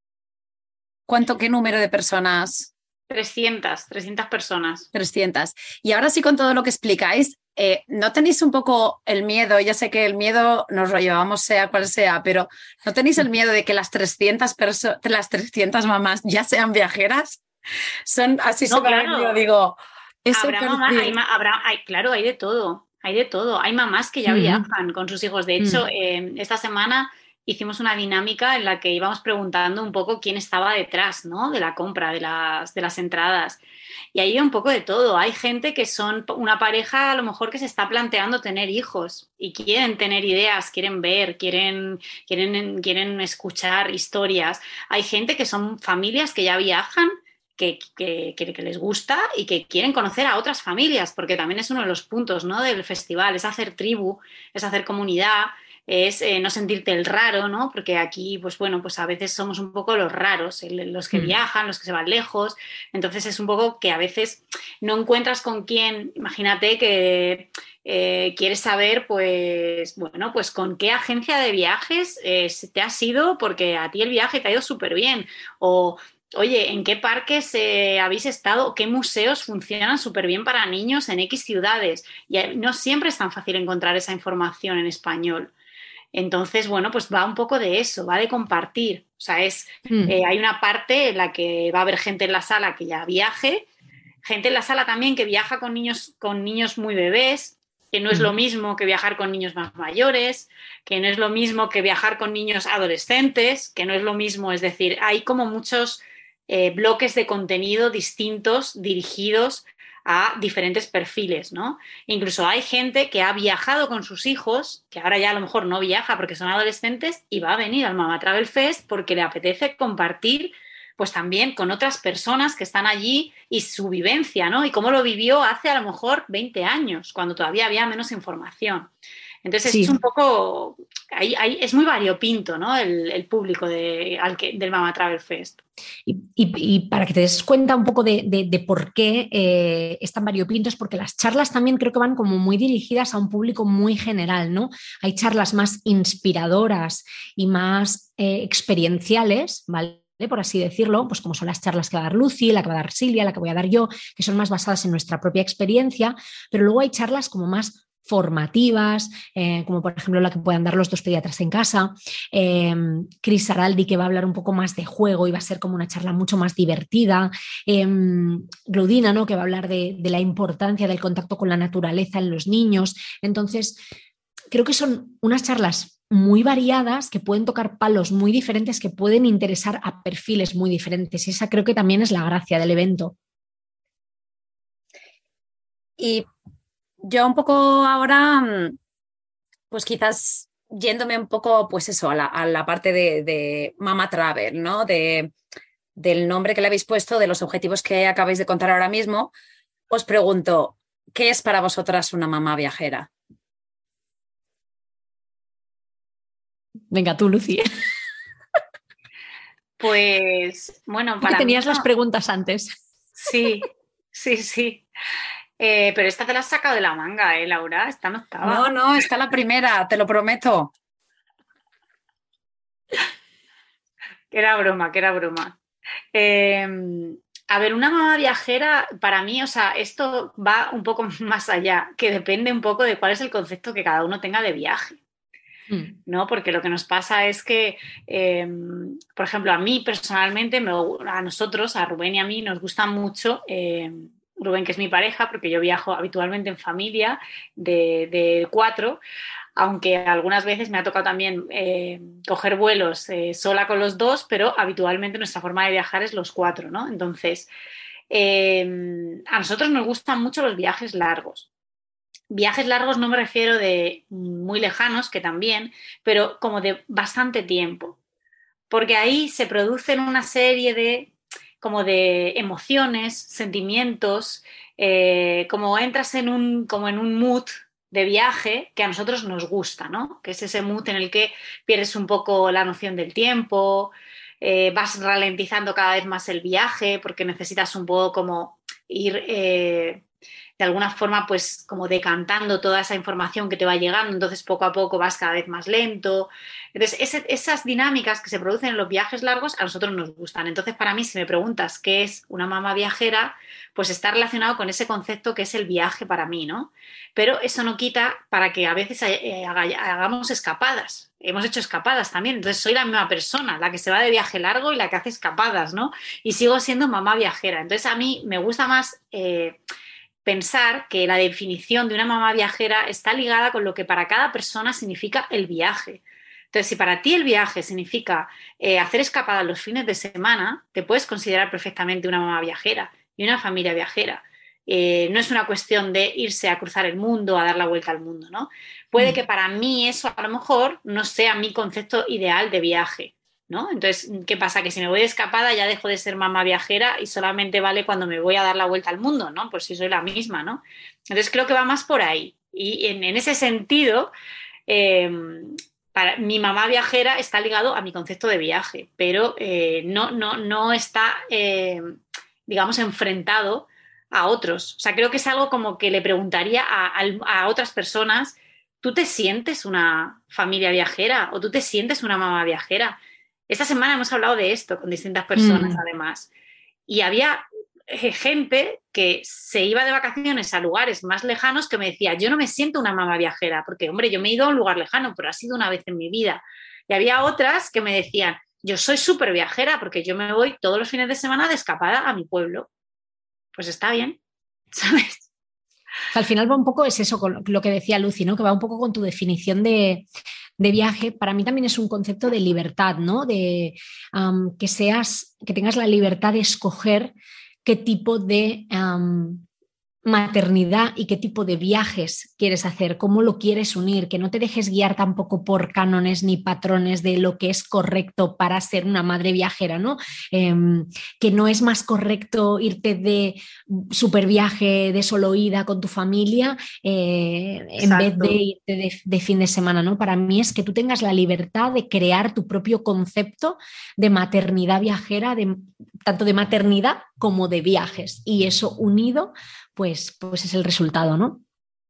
A: ¿Cuánto, qué número de personas?
B: trescientas, trescientas personas.
A: trescientas. Y ahora sí, con todo lo que explicáis, eh, ¿no tenéis un poco el miedo? Ya sé que el miedo nos lo llevamos sea cual sea, pero ¿no tenéis el miedo de que las trescientas, perso- las trescientas mamás ya sean viajeras? Son así,
B: No,
A: se me ha
B: claro.
A: venido, digo, ese
B: Habrá mamá, hay,
A: perfil.
B: ma- habrá, hay, claro, hay de todo, hay de todo. Hay mamás que ya
C: Mm,
B: viajan con sus hijos. De hecho,
C: mm,
B: eh, esta semana hicimos una dinámica en la que íbamos preguntando un poco quién estaba detrás, ¿no? De la compra de las, de las entradas. Y hay un poco de todo. Hay gente que son una pareja a lo mejor que se está planteando tener hijos y quieren tener ideas, quieren ver, quieren, quieren, quieren escuchar historias. Hay gente que son familias que ya viajan. Que, que, que, que les gusta y que quieren conocer a otras familias, porque también es uno de los puntos, ¿no? Del festival, es hacer tribu, es hacer comunidad, es eh, no sentirte el raro, ¿no? Porque aquí, pues bueno, pues a veces somos un poco los raros, el, los que
C: mm.
B: viajan, los que se van lejos, entonces es un poco que a veces no encuentras con quién, imagínate que eh, quieres saber, pues, bueno, pues con qué agencia de viajes eh, te has ido porque a ti el viaje te ha ido súper bien, o oye, ¿en qué parques eh, habéis estado? ¿Qué museos funcionan súper bien para niños en X ciudades? Y no siempre es tan fácil encontrar esa información en español. Entonces, bueno, pues va un poco de eso, va de compartir. O sea, es, eh,
C: Mm.
B: hay una parte en la que va a haber gente en la sala que ya viaje, gente en la sala también que viaja con niños, con niños muy bebés, que no es lo
C: Mm.
B: mismo que viajar con niños más mayores, que no es lo mismo que viajar con niños adolescentes, que no es lo mismo, es decir, hay como muchos eh, bloques de contenido distintos dirigidos a diferentes perfiles, ¿no? Incluso hay gente que ha viajado con sus hijos, que ahora ya a lo mejor no viaja porque son adolescentes y va a venir al Mama Travel Fest porque le apetece compartir pues también con otras personas que están allí y su vivencia, ¿no? Y cómo lo vivió hace a lo mejor veinte años, cuando todavía había menos información. Entonces es un
C: Sí.
B: poco, ahí, ahí es muy variopinto, ¿no? El, el público de, al que, del Mama Travel Fest.
C: Y, y- y para que te des cuenta un poco de, de- de por qué eh, es tan variopinto, es porque las charlas también creo que van como muy dirigidas a un público muy general, ¿no? Hay charlas más inspiradoras y más eh, experienciales, ¿vale? Por así decirlo, pues como son las charlas que va a dar Lucy, la que va a dar Silvia, la que voy a dar yo, que son más basadas en nuestra propia experiencia, pero luego hay charlas como más formativas, eh, como por ejemplo la que puedan dar los dos pediatras en casa, eh, Chris Araldi, que va a hablar un poco más de juego y va a ser como una charla mucho más divertida, eh, Glaudina, ¿no? Que va a hablar de, de la importancia del contacto con la naturaleza en los niños. Entonces, creo que son unas charlas muy variadas que pueden tocar palos muy diferentes, que pueden interesar a perfiles muy diferentes. Y esa creo que también es la gracia del evento.
A: Y yo un poco ahora, mm, pues quizás yéndome un poco, pues eso, a la, a la parte de, de Mama Travel, ¿no? De, del nombre que le habéis puesto, de los objetivos que acabáis de contar ahora mismo, os pregunto, ¿qué es para vosotras una mamá viajera?
C: Venga, tú, Lucy.
B: Pues, bueno,
C: Tú que
B: para mí
C: tenías las
B: no.
C: preguntas antes.
B: Sí, sí, sí. Eh, pero esta te la has sacado de la manga, ¿eh, Laura? Esta no
A: No,
B: estaba.
A: no, está la primera, te lo prometo.
B: Que era broma, que era broma. Eh, a ver, una mamá viajera, para mí, o sea, esto va un poco más allá, que depende un poco de cuál es el concepto que cada uno tenga de viaje,
C: Mm.
B: ¿no? Porque lo que nos pasa es que, eh, por ejemplo, a mí personalmente, me, a nosotros, a Rubén y a mí, nos gusta mucho, eh, Rubén, que es mi pareja, porque yo viajo habitualmente en familia de, de cuatro. aunque algunas veces me ha tocado también eh, coger vuelos eh, sola con los dos, pero habitualmente nuestra forma de viajar es los cuatro, ¿no? Entonces, eh, a nosotros nos gustan mucho los viajes largos. Viajes largos no me refiero de muy lejanos, que también, pero como de bastante tiempo, porque ahí se producen una serie de, como de emociones, sentimientos, eh, como entras en un, como en un mood de viaje que a nosotros nos gusta, ¿no? Que es ese mood en el que pierdes un poco la noción del tiempo, eh, vas ralentizando cada vez más el viaje porque necesitas un poco como ir... Eh, de alguna forma pues como decantando toda esa información que te va llegando, entonces poco a poco vas cada vez más lento. Entonces ese, esas dinámicas que se producen en los viajes largos a nosotros nos gustan. Entonces para mí, si me preguntas qué es una mamá viajera, pues está relacionado con ese concepto que es el viaje para mí, ¿no? Pero eso no quita para que a veces hagamos escapadas. Hemos hecho escapadas también, entonces soy la misma persona, la que se va de viaje largo y la que hace escapadas, ¿no? Y sigo siendo mamá viajera. Entonces a mí me gusta más... Eh, pensar que la definición de una mamá viajera está ligada con lo que para cada persona significa el viaje. Entonces, si para ti el viaje significa eh, hacer escapadas los fines de semana, te puedes considerar perfectamente una mamá viajera y una familia viajera. Eh, no es una cuestión de irse a cruzar el mundo, a dar la vuelta al mundo, ¿no? Puede que para mí eso a lo mejor no sea mi concepto ideal de viaje, ¿no? Entonces, ¿qué pasa? Que si me voy de escapada ya dejo de ser mamá viajera y solamente vale cuando me voy a dar la vuelta al mundo, ¿no? Pues si soy la misma, ¿no? Entonces creo que va más por ahí. Y en, en ese sentido, eh, para, mi mamá viajera está ligado a mi concepto de viaje, pero eh, no, no, no está, eh, digamos, enfrentado a otros. O sea, creo que es algo como que le preguntaría a, a, a otras personas, ¿tú te sientes una familia viajera o tú te sientes una mamá viajera? Esta semana hemos hablado de esto con distintas personas, mm. además, y había gente que se iba de vacaciones a lugares más lejanos que me decía, yo no me siento una mamá viajera, porque, hombre, yo me he ido a un lugar lejano, pero ha sido una vez en mi vida. Y había otras que me decían, yo soy súper viajera, porque yo me voy todos los fines de semana de escapada a mi pueblo. Pues está bien, ¿sabes?
C: Al final va un poco, es eso, con lo que decía Lucy, ¿no? Que va un poco con tu definición de... de viaje. Para mí también es un concepto de libertad, ¿no? De um, que seas, que tengas la libertad de escoger qué tipo de um, maternidad y qué tipo de viajes quieres hacer, cómo lo quieres unir, que no te dejes guiar tampoco por cánones ni patrones de lo que es correcto para ser una madre viajera, ¿no? Eh, que no es más correcto irte de super viaje de solo ida con tu familia eh, en vez de irte de, de fin de semana, ¿no? Para mí es que tú tengas la libertad de crear tu propio concepto de maternidad viajera, de, tanto de maternidad como de viajes, y eso unido Pues, pues es el resultado, ¿no?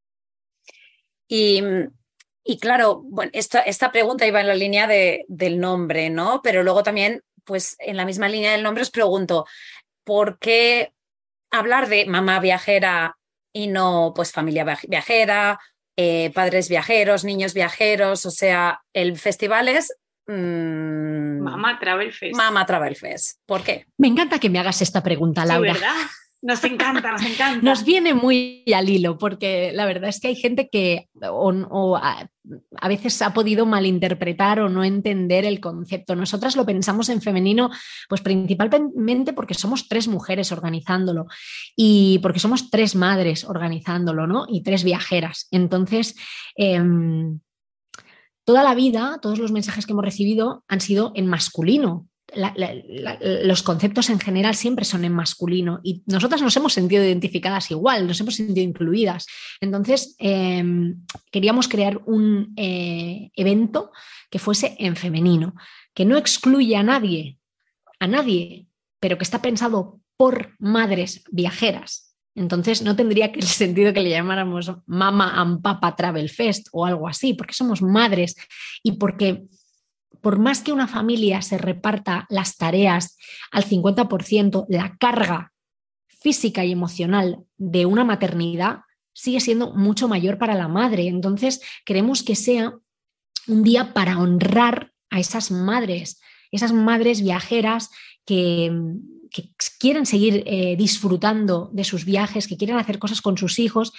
A: Y, y claro, bueno, esta, esta pregunta iba en la línea de, del nombre, ¿no? Pero luego también, pues en la misma línea del nombre os pregunto, ¿por qué hablar de mamá viajera y no pues familia viajera, eh, padres viajeros, niños viajeros? O sea, el festival es... Mmm,
B: Mama Travel Fest.
A: Mama Travel Fest. ¿Por qué?
C: Me encanta que me hagas esta pregunta, Laura.
B: Sí, ¿verdad? Nos encanta, nos encanta.
C: Nos viene muy al hilo, porque la verdad es que hay gente que o, o a, a veces ha podido malinterpretar o no entender el concepto. Nosotras lo pensamos en femenino, pues principalmente porque somos tres mujeres organizándolo y porque somos tres madres organizándolo, ¿no? Y tres viajeras. Entonces, eh, toda la vida, todos los mensajes que hemos recibido han sido en masculino. La, la, la, los conceptos en general siempre son en masculino y nosotras nos hemos sentido identificadas igual, nos hemos sentido incluidas. Entonces eh, queríamos crear un eh, evento que fuese en femenino, que no excluye a nadie, a nadie, pero que está pensado por madres viajeras. Entonces no tendría que el sentido que le llamáramos Mama and Papa Travel Fest o algo así, porque somos madres y porque por más que una familia se reparta las tareas al cincuenta por ciento, la carga física y emocional de una maternidad sigue siendo mucho mayor para la madre. Entonces, queremos que sea un día para honrar a esas madres, esas madres viajeras que, que quieren seguir eh, disfrutando de sus viajes, que quieren hacer cosas con sus hijos,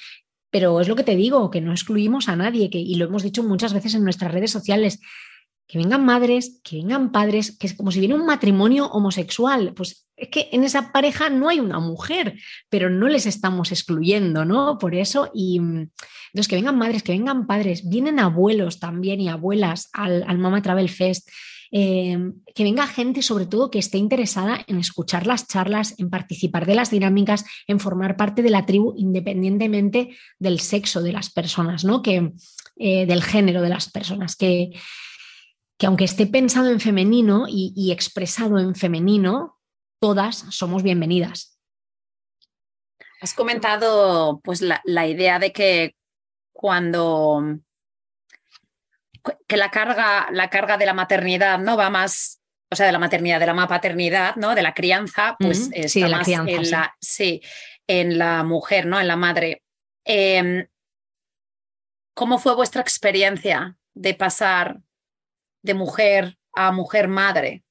C: pero es lo que te digo, que no excluimos a nadie, que, y lo hemos dicho muchas veces en nuestras redes sociales, que vengan madres, que vengan padres, que es como si viene un matrimonio homosexual, pues es que en esa pareja no hay una mujer, pero no les estamos excluyendo, ¿no? Por eso, y entonces que vengan madres, que vengan padres, vienen abuelos también y abuelas al, al Mama Travel Fest, eh, que venga gente sobre todo que esté interesada en escuchar las charlas, en participar de las dinámicas, en formar parte de la tribu independientemente del sexo de las personas, ¿no? Que, eh, del género de las personas, que que aunque esté pensado en femenino y, y expresado en femenino, todas somos bienvenidas.
A: Has comentado pues la, la idea de que cuando que la carga, la carga de la maternidad no va más, o sea, de la maternidad, de la paternidad, ¿no? De la crianza, pues mm, está
C: sí, de la
A: más
C: crianza,
A: en
C: sí.
A: la, sí, en la mujer, ¿no? En la madre. Eh, ¿Cómo fue vuestra experiencia de pasar de mujer a mujer madre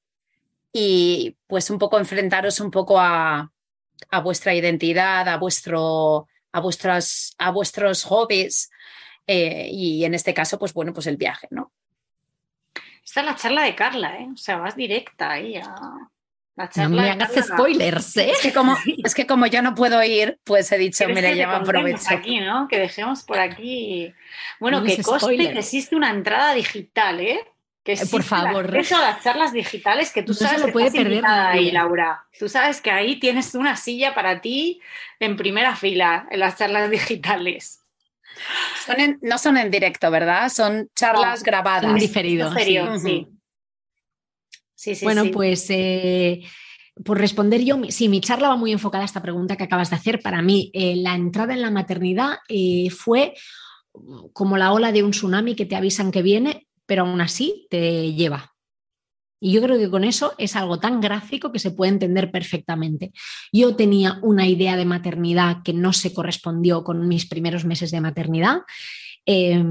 A: y pues un poco enfrentaros un poco a, a vuestra identidad, a, vuestro, a, vuestras, a vuestros hobbies eh, y en este caso pues bueno, pues el viaje, ¿no?
B: Esta es la charla de Carla, ¿eh? O sea, vas directa ahí a... La
C: charla no me hagas Carla... spoilers, ¿eh?
A: Es que, como, es que como yo no puedo ir, pues he dicho, mira, ya me aprovecho.
B: Aquí, ¿no? Que dejemos por aquí... Bueno, no que conste que existe una entrada digital, ¿eh? Que
C: eh, por favor.
B: Eso a las charlas digitales que tú
C: no
B: sabes
C: se lo
B: que
C: puede
B: estás
C: perder
B: ahí, Laura. Tú sabes que ahí tienes una silla para ti en primera fila en las charlas digitales.
A: Son en, no son en directo, ¿verdad? Son charlas
C: no,
A: grabadas.
C: En diferido.
B: Sí.
C: sí.
B: Sí, sí,
C: bueno,
B: sí.
C: pues eh, por responder yo, sí, mi charla va muy enfocada a esta pregunta que acabas de hacer. Para mí, eh, la entrada en la maternidad eh, fue como la ola de un tsunami que te avisan que viene, pero aún así te lleva. Y yo creo que con eso es algo tan gráfico que se puede entender perfectamente. Yo tenía una idea de maternidad que no se correspondió con mis primeros meses de maternidad. Eh,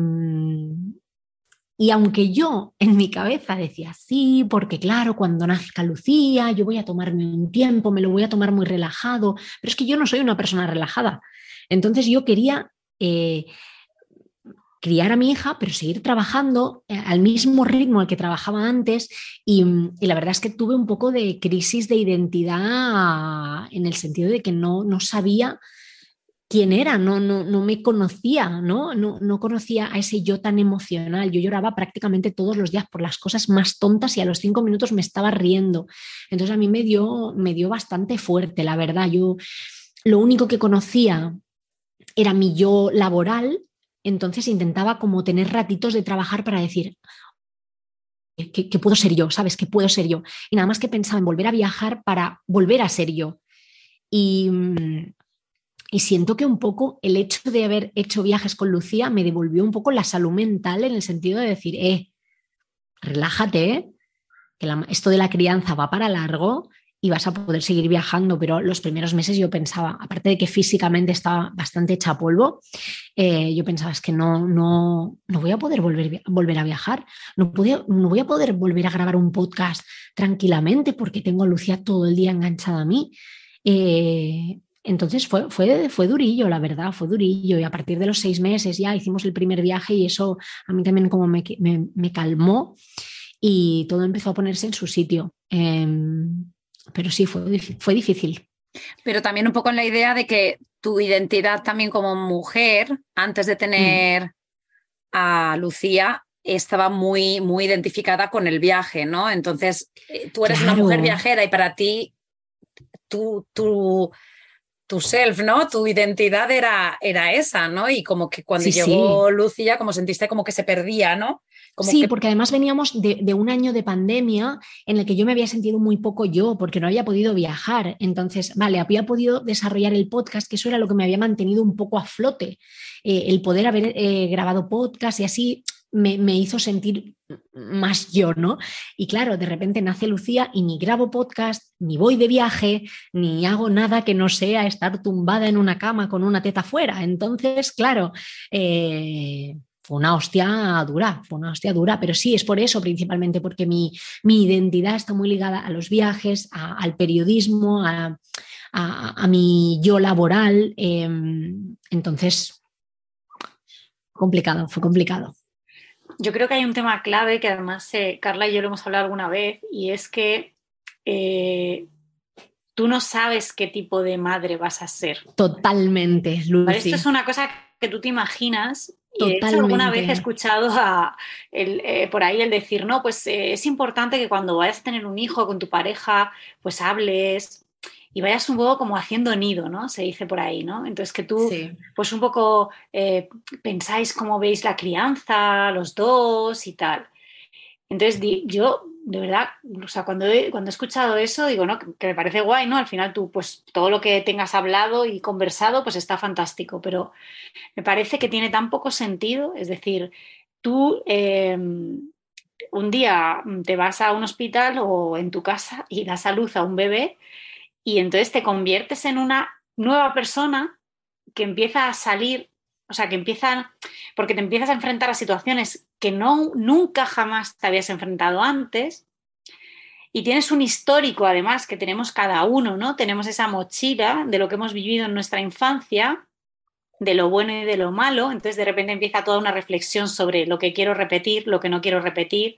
C: y aunque yo en mi cabeza decía sí, porque claro, cuando nazca Lucía, yo voy a tomarme un tiempo, me lo voy a tomar muy relajado, pero es que yo no soy una persona relajada. Entonces yo quería... Eh, criar a mi hija, pero seguir trabajando al mismo ritmo al que trabajaba antes y, y la verdad es que tuve un poco de crisis de identidad en el sentido de que no, no sabía quién era, no, no, no me conocía, ¿no? No, no conocía a ese yo tan emocional. Yo lloraba prácticamente todos los días por las cosas más tontas y a los cinco minutos me estaba riendo. Entonces a mí me dio, me dio bastante fuerte, la verdad. Yo lo único que conocía era mi yo laboral. Entonces intentaba como tener ratitos de trabajar para decir que, que puedo ser yo, ¿sabes? Que puedo ser yo. Y nada más que pensaba en volver a viajar para volver a ser yo. Y, y siento que un poco el hecho de haber hecho viajes con Lucía me devolvió un poco la salud mental en el sentido de decir, eh, relájate, ¿eh? Que la, esto de la crianza va para largo y vas a poder seguir viajando, pero los primeros meses yo pensaba, aparte de que físicamente estaba bastante hecha polvo, eh, yo pensaba, es que no, no, no voy a poder volver, volver a viajar, no, podía, no voy a poder volver a grabar un podcast tranquilamente porque tengo a Lucía todo el día enganchada a mí. Eh, entonces fue, fue, fue durillo, la verdad, fue durillo y a partir de los seis meses ya hicimos el primer viaje y eso a mí también como me, me, me calmó y todo empezó a ponerse en su sitio. Eh, Pero sí, fue, fue difícil.
A: Pero también un poco en la idea de que tu identidad también como mujer, antes de tener mm. a Lucía, estaba muy, muy identificada con el viaje, ¿no? Entonces, tú eres claro. una mujer viajera y para ti, tu, tu, tu self, ¿no? Tu identidad era, era esa, ¿no? Y como que cuando sí, llegó sí. Lucía, como sentiste como que se perdía, ¿no? Como
C: sí,
A: que...
C: porque además veníamos de, de un año de pandemia en el que yo me había sentido muy poco yo, porque no había podido viajar. Entonces, vale, había podido desarrollar el podcast, que eso era lo que me había mantenido un poco a flote. Eh, el poder haber eh, grabado podcast y así me, me hizo sentir más yo, ¿no? Y claro, de repente nace Lucía y ni grabo podcast, ni voy de viaje, ni hago nada que no sea estar tumbada en una cama con una teta fuera. Entonces, claro... Eh, Fue una hostia dura, fue una hostia dura, pero sí, es por eso principalmente, porque mi, mi identidad está muy ligada a los viajes, a, al periodismo, a, a, a mi yo laboral. Eh, entonces, complicado, fue complicado.
B: Yo creo que hay un tema clave que además eh, Carla y yo lo hemos hablado alguna vez, y es que eh, tú no sabes qué tipo de madre vas a ser.
C: Totalmente, Lucy.
B: ¿Vale? Esto es una cosa que tú te imaginas. Y de
C: Totalmente.
B: hecho alguna vez he escuchado a el, eh, por ahí el decir, no, pues eh, es importante que cuando vayas a tener un hijo con tu pareja, pues hables y vayas un poco como haciendo nido, ¿no? Se dice por ahí, ¿no? Entonces que tú,
C: sí.
B: pues un poco eh, pensáis cómo veis la crianza, los dos y tal. Entonces di, yo, de verdad, o sea, cuando he, cuando he escuchado eso, digo, no, que, que me parece guay, ¿no? Al final tú, pues todo lo que tengas hablado y conversado, pues está fantástico, pero me parece que tiene tan poco sentido, es decir, tú eh, un día te vas a un hospital o en tu casa y das a luz a un bebé y entonces te conviertes en una nueva persona que empieza a salir, o sea, que empiezan, porque te empiezas a enfrentar a situaciones que no, nunca jamás te habías enfrentado antes y tienes un histórico además que tenemos cada uno, ¿no? Tenemos esa mochila de lo que hemos vivido en nuestra infancia, de lo bueno y de lo malo, entonces de repente empieza toda una reflexión sobre lo que quiero repetir, lo que no quiero repetir,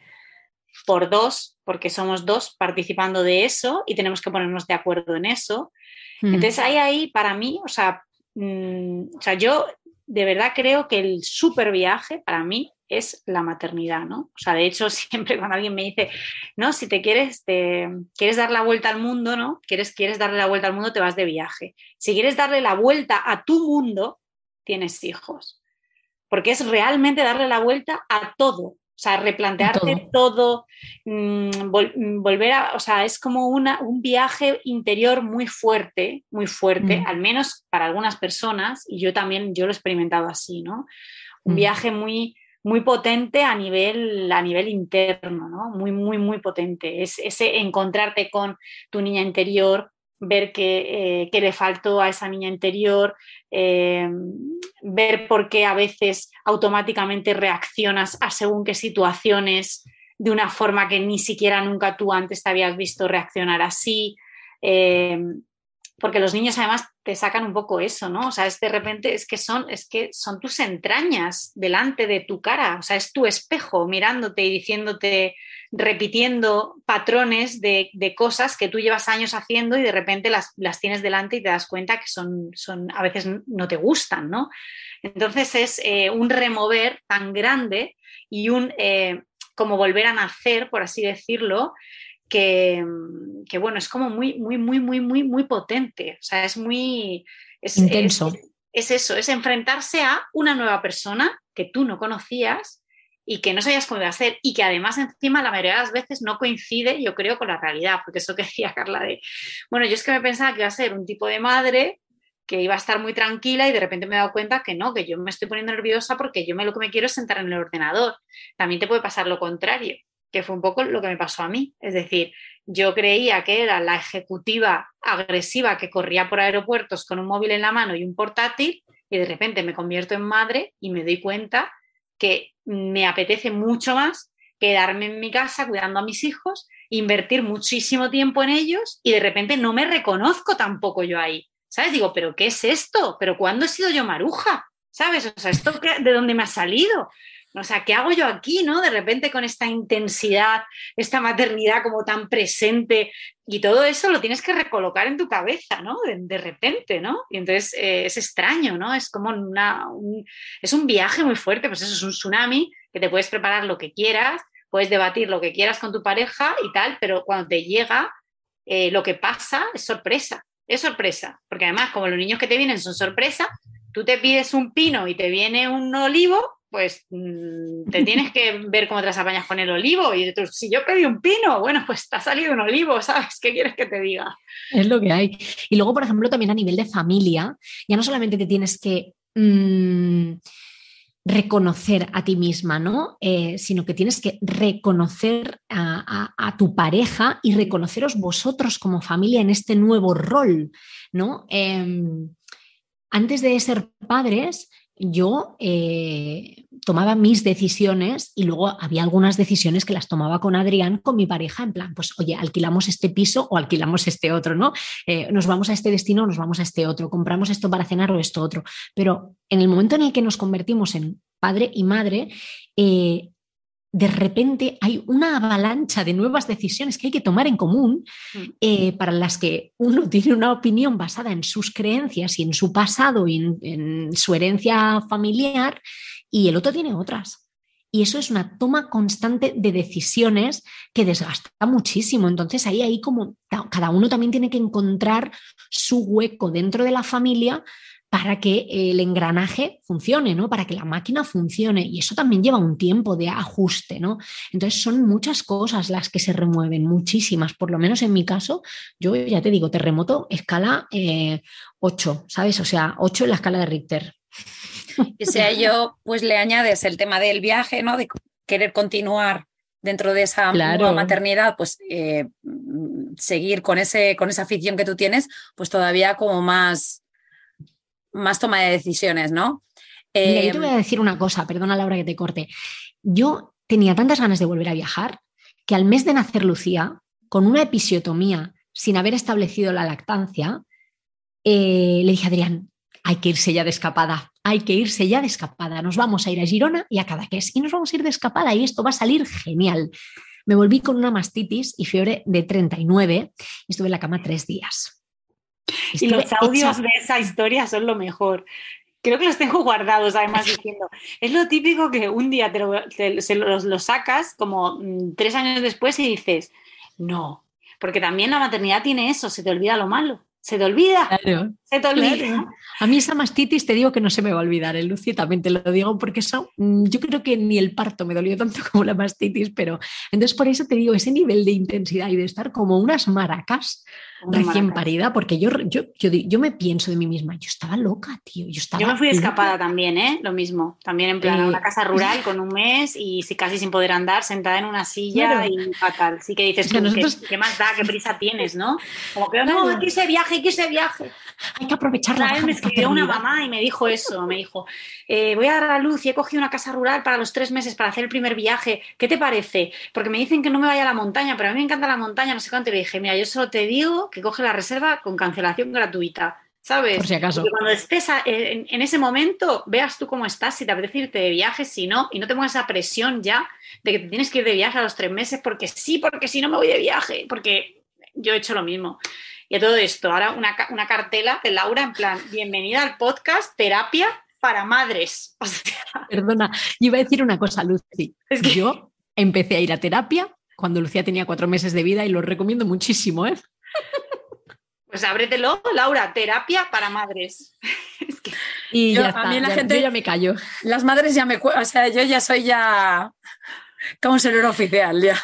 B: por dos, porque somos dos participando de eso y tenemos que ponernos de acuerdo en eso. Mm. Entonces hay ahí para mí, o sea, mmm, o sea, yo de verdad creo que el súper viaje para mí es la maternidad, ¿no? O sea, de hecho, siempre cuando alguien me dice, no, si te quieres, te, quieres dar la vuelta al mundo, ¿no? Quieres, quieres darle la vuelta al mundo, te vas de viaje. Si quieres darle la vuelta a tu mundo, tienes hijos. Porque es realmente darle la vuelta a todo. O sea, replantearte todo, todo mmm, vol, volver a... O sea, es como una, un viaje interior muy fuerte, muy fuerte, mm. al menos para algunas personas, y yo también, yo lo he experimentado así, ¿no? Un mm. viaje muy, muy potente a nivel, a nivel interno, ¿no? Muy, muy, muy potente. Es ese encontrarte con tu niña interior, ver qué, eh, qué le faltó a esa niña interior, eh, ver por qué a veces automáticamente reaccionas a según qué situaciones de una forma que ni siquiera nunca tú antes te habías visto reaccionar así, eh, porque los niños además te sacan un poco eso, ¿no? O sea, es de repente es que son, es que son tus entrañas delante de tu cara, o sea, es tu espejo mirándote y diciéndote, repitiendo patrones de, de cosas que tú llevas años haciendo y de repente las, las tienes delante y te das cuenta que son, son a veces no te gustan, ¿no? Entonces es eh, un remover tan grande y un eh, como volver a nacer, por así decirlo, Que, que bueno, es como muy, muy, muy, muy, muy, muy potente. O sea, es muy... Es,
C: intenso.
B: Es, es eso, es enfrentarse a una nueva persona que tú no conocías y que no sabías cómo iba a ser y que además encima la mayoría de las veces no coincide, yo creo, con la realidad, porque eso que decía Carla de, bueno, yo es que me pensaba que iba a ser un tipo de madre que iba a estar muy tranquila y de repente me he dado cuenta que no, que yo me estoy poniendo nerviosa porque yo me, lo que me quiero es sentar en el ordenador. También te puede pasar lo contrario, que fue un poco lo que me pasó a mí. Es decir, yo creía que era la ejecutiva agresiva que corría por aeropuertos con un móvil en la mano y un portátil y de repente me convierto en madre y me doy cuenta que me apetece mucho más quedarme en mi casa cuidando a mis hijos, invertir muchísimo tiempo en ellos y de repente no me reconozco tampoco yo ahí. ¿Sabes? Digo, ¿pero qué es esto? ¿Pero cuándo he sido yo maruja? ¿Sabes? O sea, ¿esto qué, de dónde me ha salido? O sea, ¿qué hago yo aquí, no? De repente con esta intensidad, esta maternidad como tan presente y todo eso lo tienes que recolocar en tu cabeza, ¿no? De, de repente, ¿no? Y entonces eh, es extraño, ¿no? Es como una, un, es un viaje muy fuerte, pues eso es un tsunami que te puedes preparar lo que quieras, puedes debatir lo que quieras con tu pareja y tal, pero cuando te llega eh, lo que pasa es sorpresa, es sorpresa, porque además como los niños que te vienen son sorpresa, tú te pides un pino y te viene un olivo, pues mmm, te tienes que ver cómo te las apañas con el olivo. Y tú, si yo pedí un pino, bueno, pues te ha salido un olivo, ¿sabes? ¿Qué quieres que te diga?
C: Es lo que hay. Y luego, por ejemplo, también a nivel de familia, ya no solamente te tienes que mmm, reconocer a ti misma, ¿no? Eh, sino que tienes que reconocer a, a, a tu pareja y reconoceros vosotros como familia en este nuevo rol, ¿no? Eh, antes de ser padres, yo eh, tomaba mis decisiones y luego había algunas decisiones que las tomaba con Adrián, con mi pareja, en plan, pues oye, alquilamos este piso o alquilamos este otro, ¿no? Eh, nos vamos a este destino o nos vamos a este otro, compramos esto para cenar o esto otro. Pero en el momento en el que nos convertimos en padre y madre, eh, de repente hay una avalancha de nuevas decisiones que hay que tomar en común, eh, para las que uno tiene una opinión basada en sus creencias y en su pasado y en, en su herencia familiar, y el otro tiene otras. Y eso es una toma constante de decisiones que desgasta muchísimo. Entonces ahí, ahí como cada uno también tiene que encontrar su hueco dentro de la familia para que el engranaje funcione, ¿no? Para que la máquina funcione. Y eso también lleva un tiempo de ajuste, ¿no? Entonces son muchas cosas las que se remueven, muchísimas. Por lo menos en mi caso, yo ya te digo, terremoto, escala eh, ocho, ¿sabes? O sea, ocho en la escala de Richter.
A: Y si a ello pues le añades el tema del viaje, ¿no? De querer continuar dentro de esa
C: Claro.
A: nueva maternidad, pues eh, seguir con, ese, con esa afición que tú tienes, pues todavía como más... más toma de decisiones, ¿no?
C: Eh, Mira, yo te voy a
A: Eh,
C: decir una cosa, perdona Laura que te corte. Yo tenía tantas ganas de volver a viajar que al mes de nacer Lucía, con una episiotomía sin haber establecido la lactancia, eh, le dije a Adrián, hay que irse ya de escapada, hay que irse ya de escapada, nos vamos a ir a Girona y a Cadaqués y nos vamos a ir de escapada y esto va a salir genial. Me volví con una mastitis y fiebre de treinta y nueve y estuve en la cama tres días.
B: Y los
C: Estuve
B: audios
C: hecha-
B: de esa historia son lo mejor. Creo que los tengo guardados, además, diciendo. Es lo típico que un día te lo, te- se los, los sacas como mm, tres años después y dices, no, porque también la maternidad tiene eso, se te olvida lo malo. Se te olvida,
C: Claro,
B: se te olvida.
C: claro. A mí esa mastitis te digo que no se me va a olvidar, ¿eh, Lucy? También te lo digo porque eso, mm, yo creo que ni el parto me dolió tanto como la mastitis, pero entonces por eso te digo, ese nivel de intensidad y de estar como unas maracas
B: Una
C: recién
B: maraca.
C: parida, porque yo, yo, yo, yo me pienso de mí misma, yo estaba loca, tío, yo estaba
B: Yo me fui
C: loca.
B: escapada también, ¿eh? Lo mismo. También en plan a una
C: Eh,
B: casa rural con un mes y si- casi sin poder andar, sentada en una silla
C: Claro.
B: y fatal. Sí que dices
C: O sea,
B: tú,
C: nosotros-
B: ¿qué, qué más da? ¿Qué prisa tienes, no? Como que, no,
C: Claro.
B: hay que ese viaje, hay que ese viaje.
C: Hay que aprovechar la
B: Una vez
C: baja
B: me
C: de
B: escribió una
C: paternidad.
B: mamá y me dijo eso, me dijo, eh, voy a dar a luz y he cogido una casa rural para los tres meses para hacer el primer viaje, ¿qué te parece? Porque me dicen que no me vaya a la montaña, pero a mí me encanta la montaña, no sé cuánto, y le dije, mira, yo solo te digo que coge la reserva con cancelación gratuita, ¿sabes?
C: Por si acaso.
B: Y que cuando estés a- en, en ese momento, veas tú cómo estás, si te apetece irte de viaje, si no, y no te pongas esa presión ya de que te tienes que ir de viaje a los tres meses, porque sí, porque si no me voy de viaje, porque yo he hecho lo mismo. Y a todo esto, ahora una, una cartela de Laura en plan, bienvenida al podcast Terapia para Madres. O sea,
C: Perdona, yo iba a decir una cosa, Lucy.
B: Es que-
C: Yo empecé a ir a terapia cuando Lucía tenía cuatro meses de vida y lo recomiendo muchísimo, ¿eh?
B: pues ábretelo, Laura, Terapia para Madres. Es que
C: Y
A: Yo-
C: ya
A: a
C: está,
A: mí la
C: ya-
A: gente-
C: yo ya me callo.
A: las madres ya me... cu- O sea, yo ya soy ya counselor oficial, ya.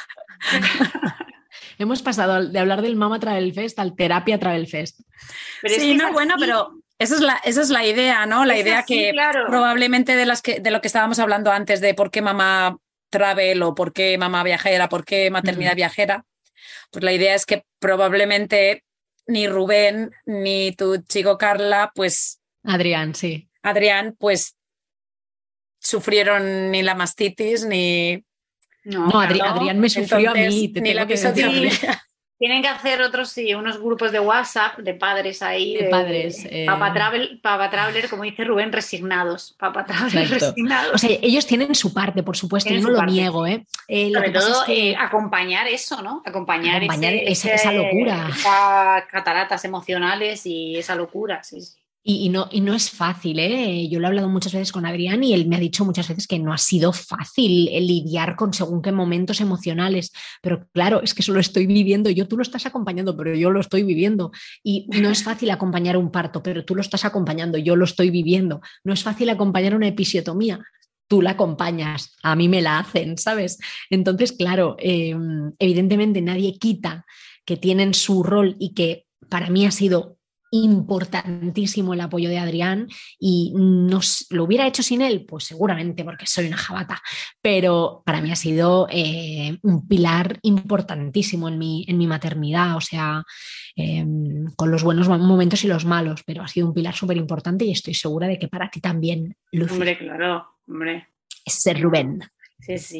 C: Hemos pasado de hablar del Mama Travel Fest al Terapia Travel Fest.
B: pero es
A: Sí,
B: que es
A: no,
B: así.
A: bueno, pero esa es la, esa es la idea, ¿no? La
B: Es
A: idea
B: así,
A: que
B: claro.
A: probablemente de, las que, de lo que estábamos hablando antes, de por qué mamá travel o por qué mamá viajera, por qué maternidad
C: Mm.
A: viajera, pues la idea es que probablemente ni Rubén ni tu chico Carla, pues
C: Adrián, sí.
A: Adrián, pues sufrieron ni la mastitis ni...
B: No,
C: No,
B: claro.
C: Adri- Adrián me sufrió
A: Entonces,
C: a mí, te
A: ni
C: tengo
A: la
C: que decir.
A: episodio-
B: Tienen que hacer otros, sí, unos grupos de WhatsApp de padres ahí.
C: De padres, eh.
B: Papa, Travel, Papa Traveler, como dice Rubén, resignados. Papa Traveler
C: Exacto.
B: resignados.
C: O sea, ellos tienen su parte, por supuesto,
B: Tienen
C: yo no
B: su
C: lo
B: parte.
C: niego, ¿eh? Eh, lo
B: Sobre
C: que pasa
B: todo
C: es que...
B: eh, acompañar eso, ¿no? Acompañar,
C: Acompañar
B: ese-
C: esa- esa locura.
B: Esas cataratas emocionales y esa locura, sí, sí.
C: Y, y, no, y no es fácil, ¿eh? Yo lo he hablado muchas veces con Adrián y él me ha dicho muchas veces que no ha sido fácil el lidiar con según qué momentos emocionales, pero claro, es que eso lo estoy viviendo yo, tú lo estás acompañando, pero yo lo estoy viviendo. Y no es fácil acompañar un parto, pero tú lo estás acompañando, yo lo estoy viviendo. No es fácil acompañar una episiotomía, tú la acompañas, a mí me la hacen, ¿sabes? Entonces, claro, eh, evidentemente nadie quita que tienen su rol y que para mí ha sido importantísimo el apoyo de Adrián y no, lo hubiera hecho sin él, pues seguramente porque soy una jabata, pero para mí ha sido eh, un pilar importantísimo en mi, en mi maternidad, o sea, eh, con los buenos momentos y los malos, pero ha sido un pilar súper importante y estoy segura de que para ti también, Lucy.
B: Hombre, claro, hombre.
C: Es ser Rubén.
B: Sí, sí.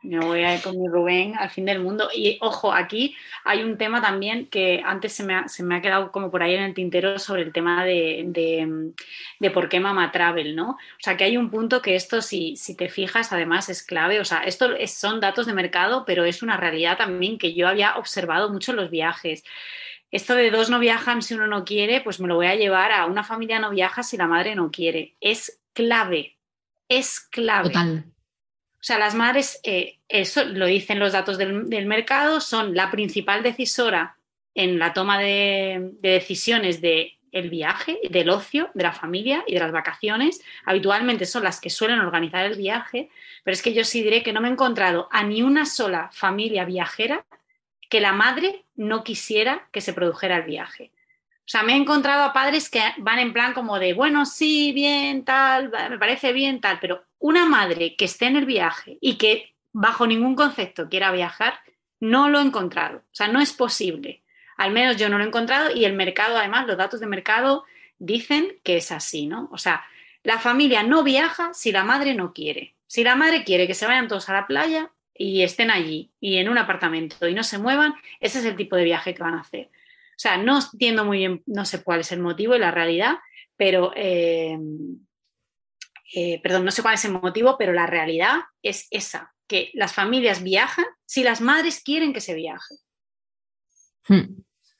B: Me voy a ir con mi Rubén al fin del mundo. Y ojo, aquí hay un tema también que antes se me ha, se me ha quedado como por ahí en el tintero sobre el tema de, de, de por qué Mama Travel, ¿no? O sea, que hay un punto que esto, si, si te fijas, además es clave. O sea, esto es, son datos de mercado, pero es una realidad también que yo había observado mucho en los viajes. Esto de dos no viajan si uno no quiere, pues me lo voy a llevar a una familia no viaja si la madre no quiere. Es clave, es clave.
C: Total.
B: O sea, las madres, eh, eso lo dicen los datos del, del mercado, son la principal decisora en la toma de, de decisiones del viaje, del ocio, de la familia y de las vacaciones. Habitualmente son las que suelen organizar el viaje, pero es que yo sí diré que no me he encontrado a ni una sola familia viajera que la madre no quisiera que se produjera el viaje. O sea, me he encontrado a padres que van en plan como de, bueno, sí, bien, tal, me parece bien, tal, pero una madre que esté en el viaje y que bajo ningún concepto quiera viajar, no lo he encontrado. O sea, no es posible. Al menos yo no lo he encontrado y el mercado, además, los datos de mercado dicen que es así, ¿no? O sea, la familia no viaja si la madre no quiere. Si la madre quiere que se vayan todos a la playa y estén allí y en un apartamento y no se muevan, ese es el tipo de viaje que van a hacer. O sea, no entiendo muy bien, no sé cuál es el motivo y la realidad, pero, eh, eh, perdón, no sé cuál es el motivo, pero la realidad es esa, que las familias viajan si las madres quieren que se viaje.
C: Hmm.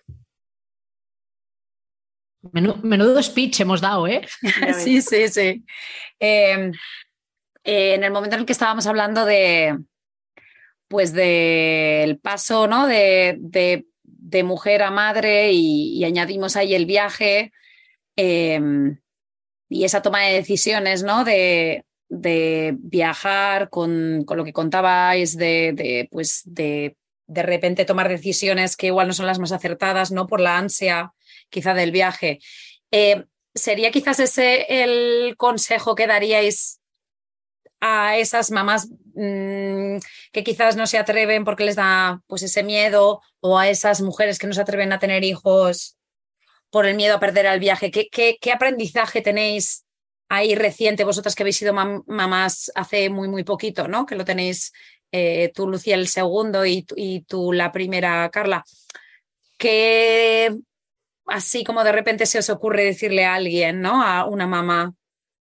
C: Menudo, menudo speech hemos dado, ¿eh?
A: Sí, sí, sí. Eh, eh, en el momento en el que estábamos hablando de, pues del paso, ¿no? De, de, de mujer a madre y, y añadimos ahí el viaje eh, y esa toma de decisiones, ¿no? De, de viajar con, con lo que contabais, de, de pues de de repente tomar decisiones que igual no son las más acertadas, ¿no? Por la ansia quizá del viaje. Eh, ¿Sería quizás ese el consejo que daríais a esas mamás mmm, que quizás no se atreven porque les da pues ese miedo, o a esas mujeres que no se atreven a tener hijos por el miedo a perder el viaje? ¿Qué, qué, qué aprendizaje tenéis ahí reciente, vosotras que habéis sido mam- mamás hace muy, muy poquito, ¿no? Que lo tenéis eh, tú, Lucía, el segundo y, y tú la primera, Carla? ¿Qué así como de repente se os ocurre decirle a alguien, ¿no? A una mamá?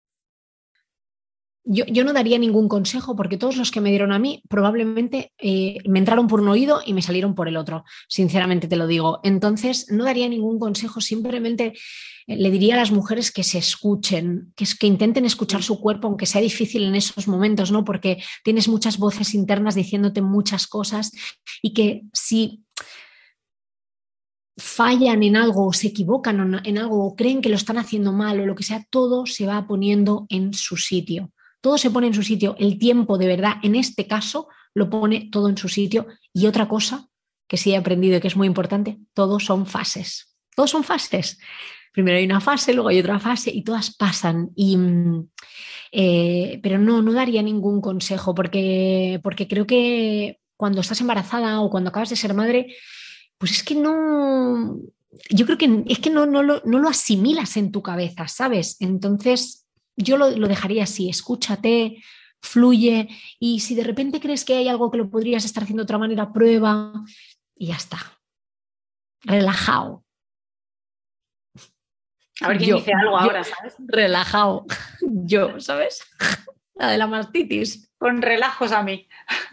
C: Yo, yo no daría ningún consejo porque todos los que me dieron a mí probablemente eh, me entraron por un oído y me salieron por el otro, sinceramente te lo digo. Entonces, no daría ningún consejo, simplemente eh, le diría a las mujeres que se escuchen, que, que intenten escuchar su cuerpo, aunque sea difícil en esos momentos, ¿no? Porque tienes muchas voces internas diciéndote muchas cosas y que si fallan en algo o se equivocan en algo o creen que lo están haciendo mal o lo que sea, todo se va poniendo en su sitio. Todo se pone en su sitio. El tiempo, de verdad, en este caso, lo pone todo en su sitio. Y otra cosa que sí he aprendido y que es muy importante, todos son fases. Todos son fases. Primero hay una fase, luego hay otra fase y todas pasan. Y, eh, pero no, no daría ningún consejo porque, porque creo que cuando estás embarazada o cuando acabas de ser madre, pues es que no, yo creo que es que no, no, lo, no lo asimilas en tu cabeza, ¿sabes? Entonces yo lo, lo dejaría así, escúchate, fluye y si de repente crees que hay algo que lo podrías estar haciendo de otra manera, prueba y ya está. Relajado.
B: A ver quién
C: Yo,
B: dice algo
C: yo,
B: ahora, ¿sabes?
C: Relajado. Yo, ¿sabes? La de la mastitis.
B: Con relajos a mí.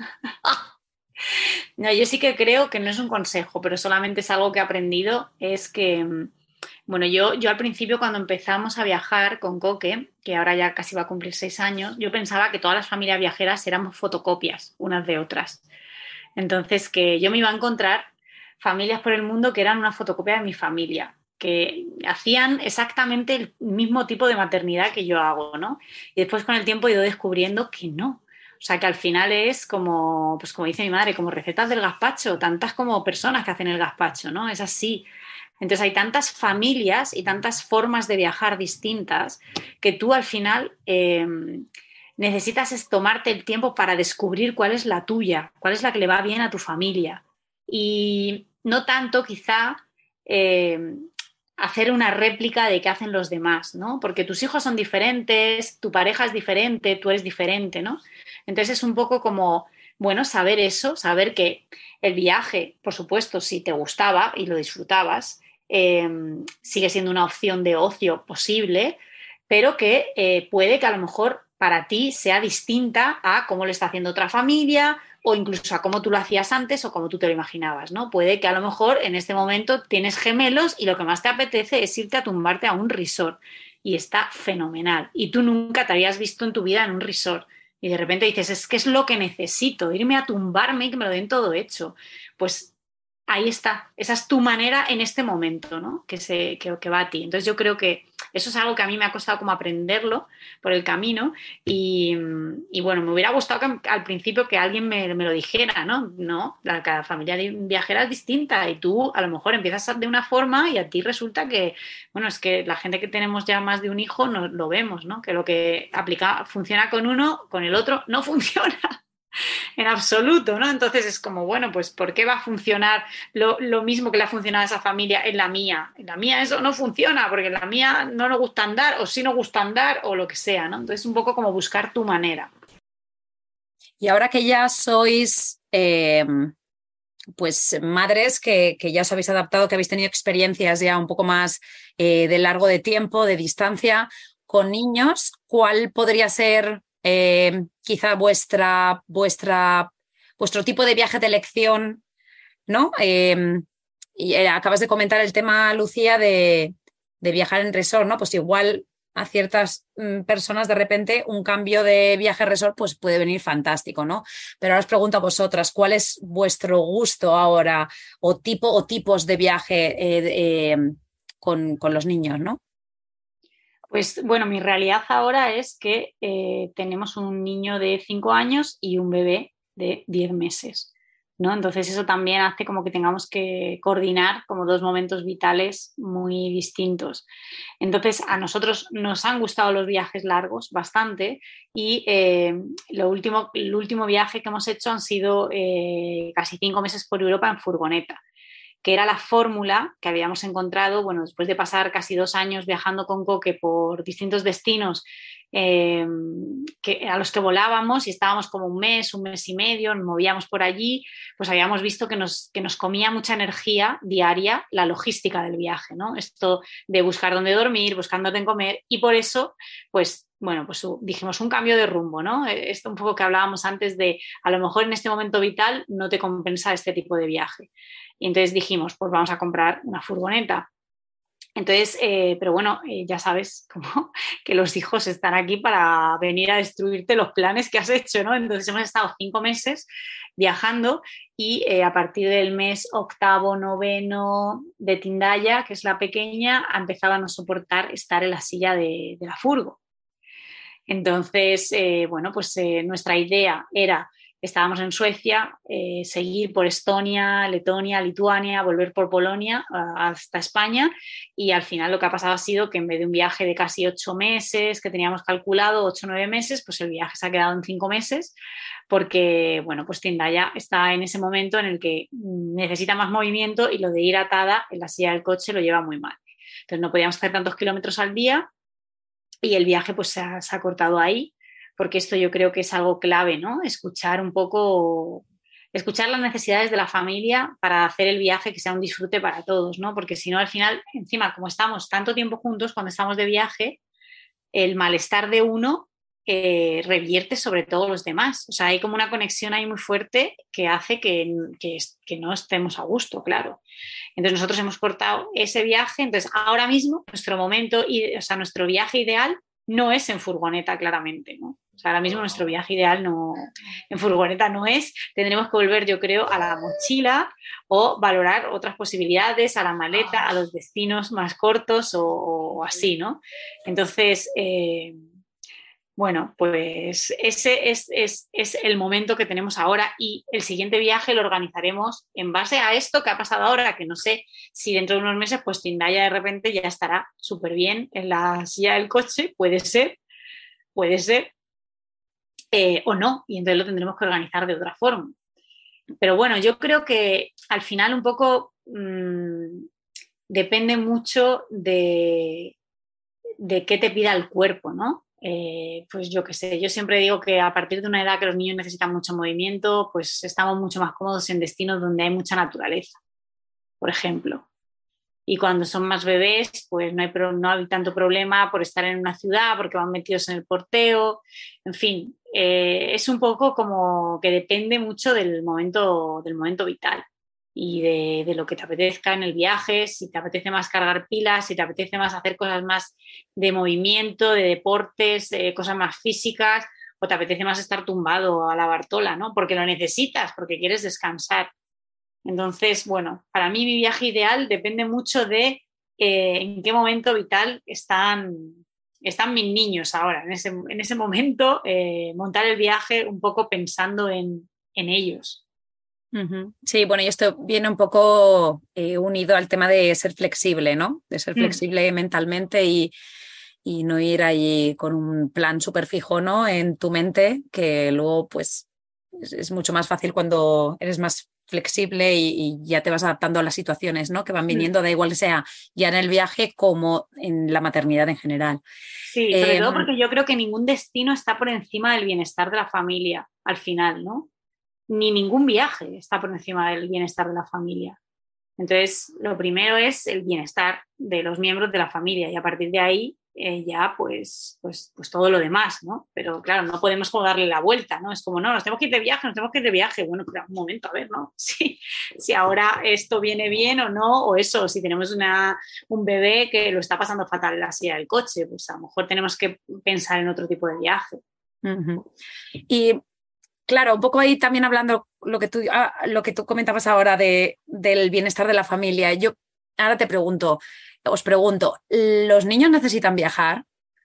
B: No, yo sí que creo que no es un consejo, pero solamente es algo que he aprendido, es que, bueno, yo, yo al principio cuando empezamos a viajar con Coque, que ahora ya casi va a cumplir seis años, yo pensaba que todas las familias viajeras éramos fotocopias unas de otras. Entonces, que yo me iba a encontrar familias por el mundo que eran una fotocopia de mi familia, que hacían exactamente el mismo tipo de maternidad que yo hago, ¿no? Y después con el tiempo he ido descubriendo que no. O sea, que al final es como, pues como dice mi madre, como recetas del gazpacho, tantas como personas que hacen el gazpacho, ¿no? Es así. Entonces hay tantas familias y tantas formas de viajar distintas que tú al final eh, necesitas es tomarte el tiempo para descubrir cuál es la tuya, cuál es la que le va bien a tu familia. Y no tanto quizá eh, hacer una réplica de qué hacen los demás, ¿no? Porque tus hijos son diferentes, tu pareja es diferente, tú eres diferente, ¿no? Entonces es un poco como bueno, saber eso, saber que el viaje, por supuesto, si te gustaba y lo disfrutabas, eh, sigue siendo una opción de ocio posible, pero que eh, puede que a lo mejor para ti sea distinta a cómo lo está haciendo otra familia o incluso a cómo tú lo hacías antes o cómo tú te lo imaginabas, ¿no? Puede que a lo mejor en este momento tienes gemelos y lo que más te apetece es irte a tumbarte a un resort y está fenomenal y tú nunca te habías visto en tu vida en un resort y de repente dices, es que es lo que necesito, irme a tumbarme y que me lo den todo hecho. Pues ahí está, esa es tu manera en este momento, ¿no? Que, se, que, que va a ti. Entonces yo creo que eso es algo que a mí me ha costado como aprenderlo por el camino y, y bueno, me hubiera gustado que al principio que alguien me, me lo dijera, ¿no? No, la, cada familia viajera es distinta y tú a lo mejor empiezas de una forma y a ti resulta que, bueno, es que la gente que tenemos ya más de un hijo no, lo vemos, ¿no? Que lo que aplica, funciona con uno, con el otro no funciona. En absoluto, ¿no? Entonces es como, bueno, pues ¿por qué va a funcionar lo, lo mismo que le ha funcionado a esa familia en la mía? En la mía eso no funciona, porque en la mía no nos gusta andar, o sí nos gusta andar, o lo que sea, ¿no? Entonces un poco como buscar tu manera.
A: Y ahora que ya sois eh, pues madres que, que ya os habéis adaptado, que habéis tenido experiencias ya un poco más eh, de largo de tiempo, de distancia, con niños, ¿cuál podría ser eh, quizá vuestra, vuestra, vuestro tipo de viaje de elección, ¿no? Eh, y eh, acabas de comentar el tema, Lucía, de, de viajar en resort, ¿no? Pues igual a ciertas mm, personas de repente un cambio de viaje resort pues puede venir fantástico, ¿no? Pero ahora os pregunto a vosotras, ¿cuál es vuestro gusto ahora o tipo o tipos de viaje eh, eh, con, con los niños, ¿no?
B: Pues bueno, mi realidad ahora es que eh, tenemos un niño de cinco años y un bebé de diez meses, ¿no? Entonces eso también hace como que tengamos que coordinar como dos momentos vitales muy distintos. Entonces a nosotros nos han gustado los viajes largos bastante y eh, lo último, el último viaje que hemos hecho han sido eh, casi cinco meses por Europa en furgoneta, que era la fórmula que habíamos encontrado, bueno, después de pasar casi dos años viajando con Coque por distintos destinos eh, que, a los que volábamos y estábamos como un mes, un mes y medio, nos movíamos por allí, pues habíamos visto que nos, que nos comía mucha energía diaria la logística del viaje, ¿no? Esto de buscar dónde dormir, buscar dónde comer y por eso, pues bueno, pues dijimos un cambio de rumbo, ¿no? Esto un poco que hablábamos antes de a lo mejor en este momento vital no te compensa este tipo de viaje. Y entonces dijimos, pues vamos a comprar una furgoneta. Entonces, eh, pero bueno, eh, ya sabes como que los hijos están aquí para venir a destruirte los planes que has hecho, ¿no? Entonces hemos estado cinco meses viajando y eh, a partir del mes octavo, noveno de Tindaya, que es la pequeña, empezaba a no soportar estar en la silla de, de la furgo. Entonces, eh, bueno, pues eh, nuestra idea era, estábamos en Suecia, eh, seguir por Estonia, Letonia, Lituania, volver por Polonia hasta España y al final lo que ha pasado ha sido que en vez de un viaje de casi ocho meses que teníamos calculado, ocho o nueve meses, pues el viaje se ha quedado en cinco meses porque, bueno, pues Tindaya está en ese momento en el que necesita más movimiento y lo de ir atada en la silla del coche lo lleva muy mal. Entonces no podíamos hacer tantos kilómetros al día y el viaje pues se ha, se ha cortado ahí, porque esto yo creo que es algo clave, ¿no? Escuchar un poco, escuchar las necesidades de la familia para hacer el viaje que sea un disfrute para todos, ¿no? Porque si no, al final, encima, como estamos tanto tiempo juntos cuando estamos de viaje, el malestar de uno eh, revierte sobre todos los demás. O sea, hay como una conexión ahí muy fuerte que hace que, que, que no estemos a gusto, claro. Entonces nosotros hemos cortado ese viaje, entonces ahora mismo nuestro momento, o sea, nuestro viaje ideal no es en furgoneta, claramente, ¿no? O sea, ahora mismo nuestro viaje ideal no, en furgoneta no es, tendremos que volver, yo creo, a la mochila o valorar otras posibilidades, a la maleta, a los destinos más cortos o, o así, ¿no? Entonces, eh, bueno, pues ese es, es, es el momento que tenemos ahora y el siguiente viaje lo organizaremos en base a esto que ha pasado ahora, que no sé si dentro de unos meses pues Tindaya de repente ya estará súper bien en la silla del coche, puede ser, puede ser, eh, o no, y entonces lo tendremos que organizar de otra forma. Pero bueno, yo creo que al final un poco mmm, depende mucho de, de qué te pida el cuerpo, ¿no? Eh, pues yo qué sé, yo siempre digo que a partir de una edad que los niños necesitan mucho movimiento, pues estamos mucho más cómodos en destinos donde hay mucha naturaleza, por ejemplo. Y cuando son más bebés, pues no hay, pro, no hay tanto problema por estar en una ciudad, porque van metidos en el porteo. En fin, eh, es un poco como que depende mucho del momento, del momento vital y de, de lo que te apetezca en el viaje, si te apetece más cargar pilas, si te apetece más hacer cosas más de movimiento, de deportes, eh, cosas más físicas, o te apetece más estar tumbado a la Bartola, ¿no? Porque lo necesitas, porque quieres descansar. Entonces, bueno, para mí mi viaje ideal depende mucho de eh, en qué momento vital están, están mis niños ahora. En ese, en ese momento, eh, montar el viaje un poco pensando en, en ellos.
A: Uh-huh. Sí, bueno, y esto viene un poco eh, unido al tema de ser flexible, ¿no? De ser flexible mm. mentalmente y, y no ir ahí con un plan súper fijo, ¿no? En tu mente, que luego, pues, es, es mucho más fácil cuando eres más flexible y, y ya te vas adaptando a las situaciones, ¿no? Que van viniendo, da igual sea ya en el viaje como en la maternidad en general.
B: Sí, sobre eh, todo porque yo creo que ningún destino está por encima del bienestar de la familia al final, ¿no? Ni ningún viaje está por encima del bienestar de la familia. Entonces, lo primero es el bienestar de los miembros de la familia y a partir de ahí eh, ya pues, pues, pues todo lo demás, ¿no? Pero claro, no podemos como darle la vuelta, ¿no? Es como, no, nos tenemos que ir de viaje, nos tenemos que ir de viaje. Bueno, pero un momento, a ver, ¿no? Si, si ahora esto viene bien o no, o eso, si tenemos una, un bebé que lo está pasando fatal en la silla del coche, pues a lo mejor tenemos que pensar en otro tipo de viaje.
A: Uh-huh. Y claro, un poco ahí también hablando lo que tú, ah, lo que tú comentabas ahora de, del bienestar de la familia. Yo ahora te pregunto, os pregunto, ¿los niños necesitan viajar?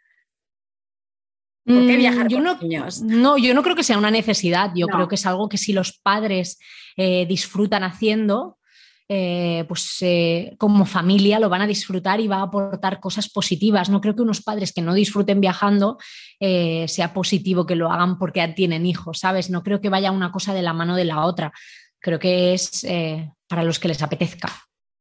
A: ¿Por qué viajar
C: yo
A: con
C: no,
A: niños?
C: No, yo no creo que sea una necesidad. Yo
B: no.
C: creo que es algo que si los padres eh, disfrutan haciendo, eh, pues eh, como familia lo van a disfrutar y va a aportar cosas positivas. No creo que unos padres que no disfruten viajando eh, sea positivo que lo hagan porque tienen hijos, ¿sabes? No creo que vaya una cosa de la mano de la otra. Creo que es eh, para los que les apetezca.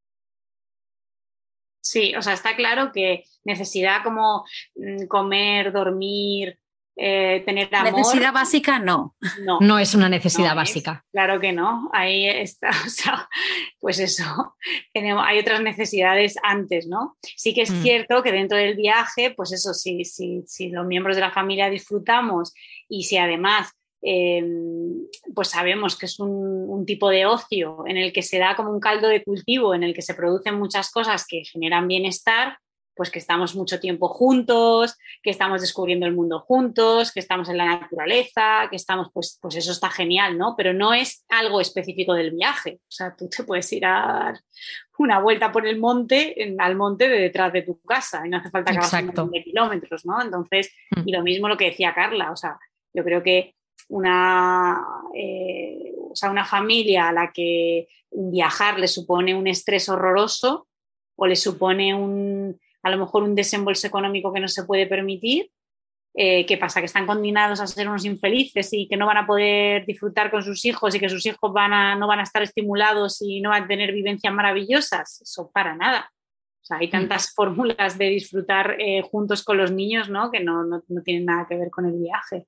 B: Sí, o sea, está claro que necesidad como comer, dormir, eh, tener amor.
A: Necesidad básica, no.
C: No, no es una necesidad
B: no
C: básica.
B: Es, claro que no. Ahí está, o sea, pues eso, tenemos, hay otras necesidades antes, ¿no? Sí que es mm. cierto que dentro del viaje, pues eso, si, si, si los miembros de la familia disfrutamos y si además Eh, pues sabemos que es un, un tipo de ocio en el que se da como un caldo de cultivo, en el que se producen muchas cosas que generan bienestar, pues que estamos mucho tiempo juntos, que estamos descubriendo el mundo juntos, que estamos en la naturaleza, que estamos, pues, pues eso está genial, ¿no? Pero no es algo específico del viaje. O sea, tú te puedes ir a dar una vuelta por el monte, en, al monte de detrás de tu casa y no hace falta que hagas un montón de kilómetros, ¿no? Entonces, mm. y lo mismo lo que decía Carla, o sea, yo creo que Una, eh, o sea, una familia a la que viajar le supone un estrés horroroso o le supone un, a lo mejor un desembolso económico que no se puede permitir, eh, ¿qué pasa? ¿Que están condenados a ser unos infelices y que no van a poder disfrutar con sus hijos y que sus hijos van a, no van a estar estimulados y no van a tener vivencias maravillosas? Eso para nada. O sea, hay tantas mm. fórmulas de disfrutar eh, juntos con los niños, ¿no? Que no, no, no tienen nada que ver con el viaje.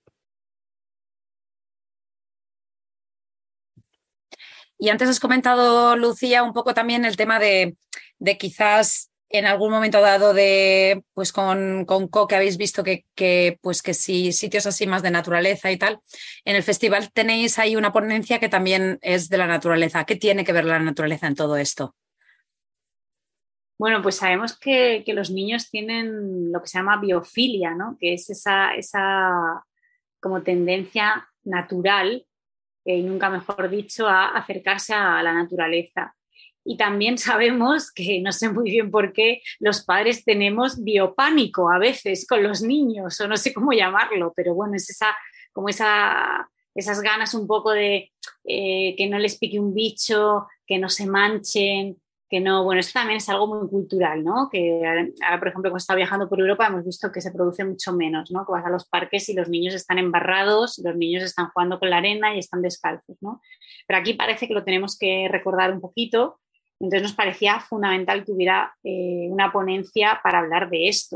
A: Y antes has comentado, Lucía, un poco también el tema de, de quizás en algún momento dado de, pues con, con Co, que habéis visto que, que, pues que sí, sitios así más de naturaleza y tal. En el festival tenéis ahí una ponencia que también es de la naturaleza. ¿Qué tiene que ver la naturaleza en todo esto?
B: Bueno, pues sabemos que, que los niños tienen lo que se llama biofilia, ¿no? Que es esa, esa como tendencia natural, y nunca mejor dicho, a acercarse a la naturaleza. Y también sabemos que, no sé muy bien por qué, los padres tenemos biopánico a veces con los niños, o no sé cómo llamarlo, pero bueno, es esa, como esa, esas ganas un poco de eh, que no les pique un bicho, que no se manchen, que no, bueno, esto también es algo muy cultural, ¿no? Que ahora, por ejemplo, cuando está viajando por Europa hemos visto que se produce mucho menos, ¿no? Que vas a los parques y los niños están embarrados, los niños están jugando con la arena y están descalzos, ¿no? Pero aquí parece que lo tenemos que recordar un poquito, entonces nos parecía fundamental que hubiera eh, una ponencia para hablar de esto,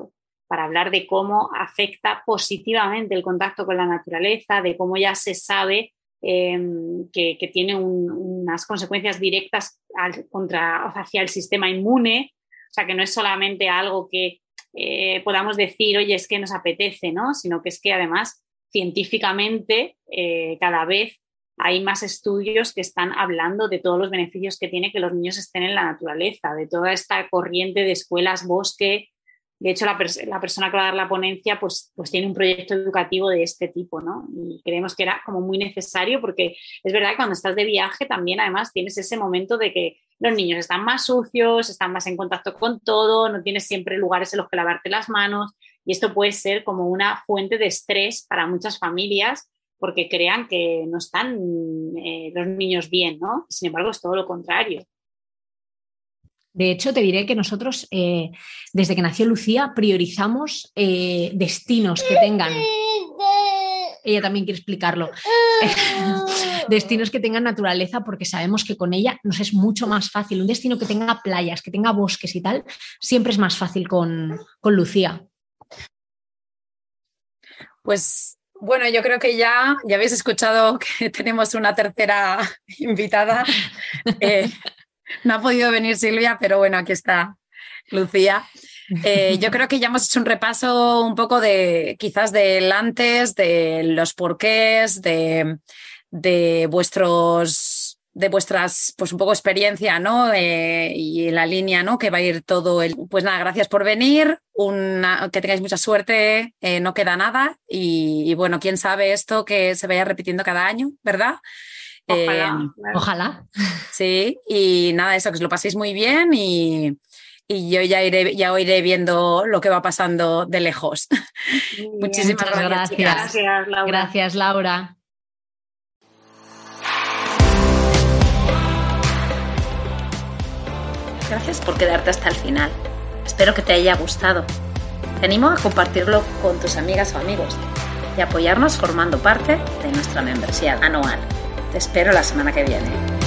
B: para hablar de cómo afecta positivamente el contacto con la naturaleza, de cómo ya se sabe eh, que, que tiene un, unas consecuencias directas al, contra, hacia el sistema inmune, o sea, que no es solamente algo que eh, podamos decir, oye, es que nos apetece, ¿no? Sino que es que además científicamente eh, cada vez hay más estudios que están hablando de todos los beneficios que tiene que los niños estén en la naturaleza, de toda esta corriente de escuelas, bosque. De hecho, la, pers- la persona que va a dar la ponencia pues, pues tiene un proyecto educativo de este tipo, ¿no? Y creemos que era como muy necesario porque es verdad que cuando estás de viaje también además tienes ese momento de que los niños están más sucios, están más en contacto con todo, no tienes siempre lugares en los que lavarte las manos y esto puede ser como una fuente de estrés para muchas familias porque crean que no están eh, los niños bien, ¿no? Sin embargo, es todo lo contrario.
C: De hecho, te diré que nosotros, eh, desde que nació Lucía, priorizamos eh, destinos que tengan... Ella también quiere explicarlo. Destinos que tengan naturaleza, porque sabemos que con ella nos es mucho más fácil. Un destino que tenga playas, que tenga bosques y tal, siempre es más fácil con, con Lucía.
A: Pues... Bueno, yo creo que ya, ya habéis escuchado que tenemos una tercera invitada. Eh, no ha podido venir Silvia, pero bueno, aquí está Lucía. Eh, yo creo que ya hemos hecho un repaso un poco de quizás del antes, de los porqués, de, de vuestros... de vuestras, pues un poco experiencia, ¿no? Eh, y la línea, ¿no? Que va a ir todo el... Pues nada, gracias por venir, una, que tengáis mucha suerte, eh, no queda nada y, y bueno, quién sabe esto que se vaya repitiendo cada año, ¿verdad?
B: Ojalá.
C: Eh,
B: claro.
C: Ojalá.
A: Sí, y nada, eso, que os lo paséis muy bien y, y yo ya iré, ya iré viendo lo que va pasando de lejos. Muchísimas
C: Muchas
A: gracias.
C: gracias.
B: Gracias, Laura.
C: Gracias, Laura.
A: Gracias por quedarte hasta el final. Espero que te haya gustado. Te animo a compartirlo con tus amigas o amigos y apoyarnos formando parte de nuestra membresía anual. Te espero la semana que viene.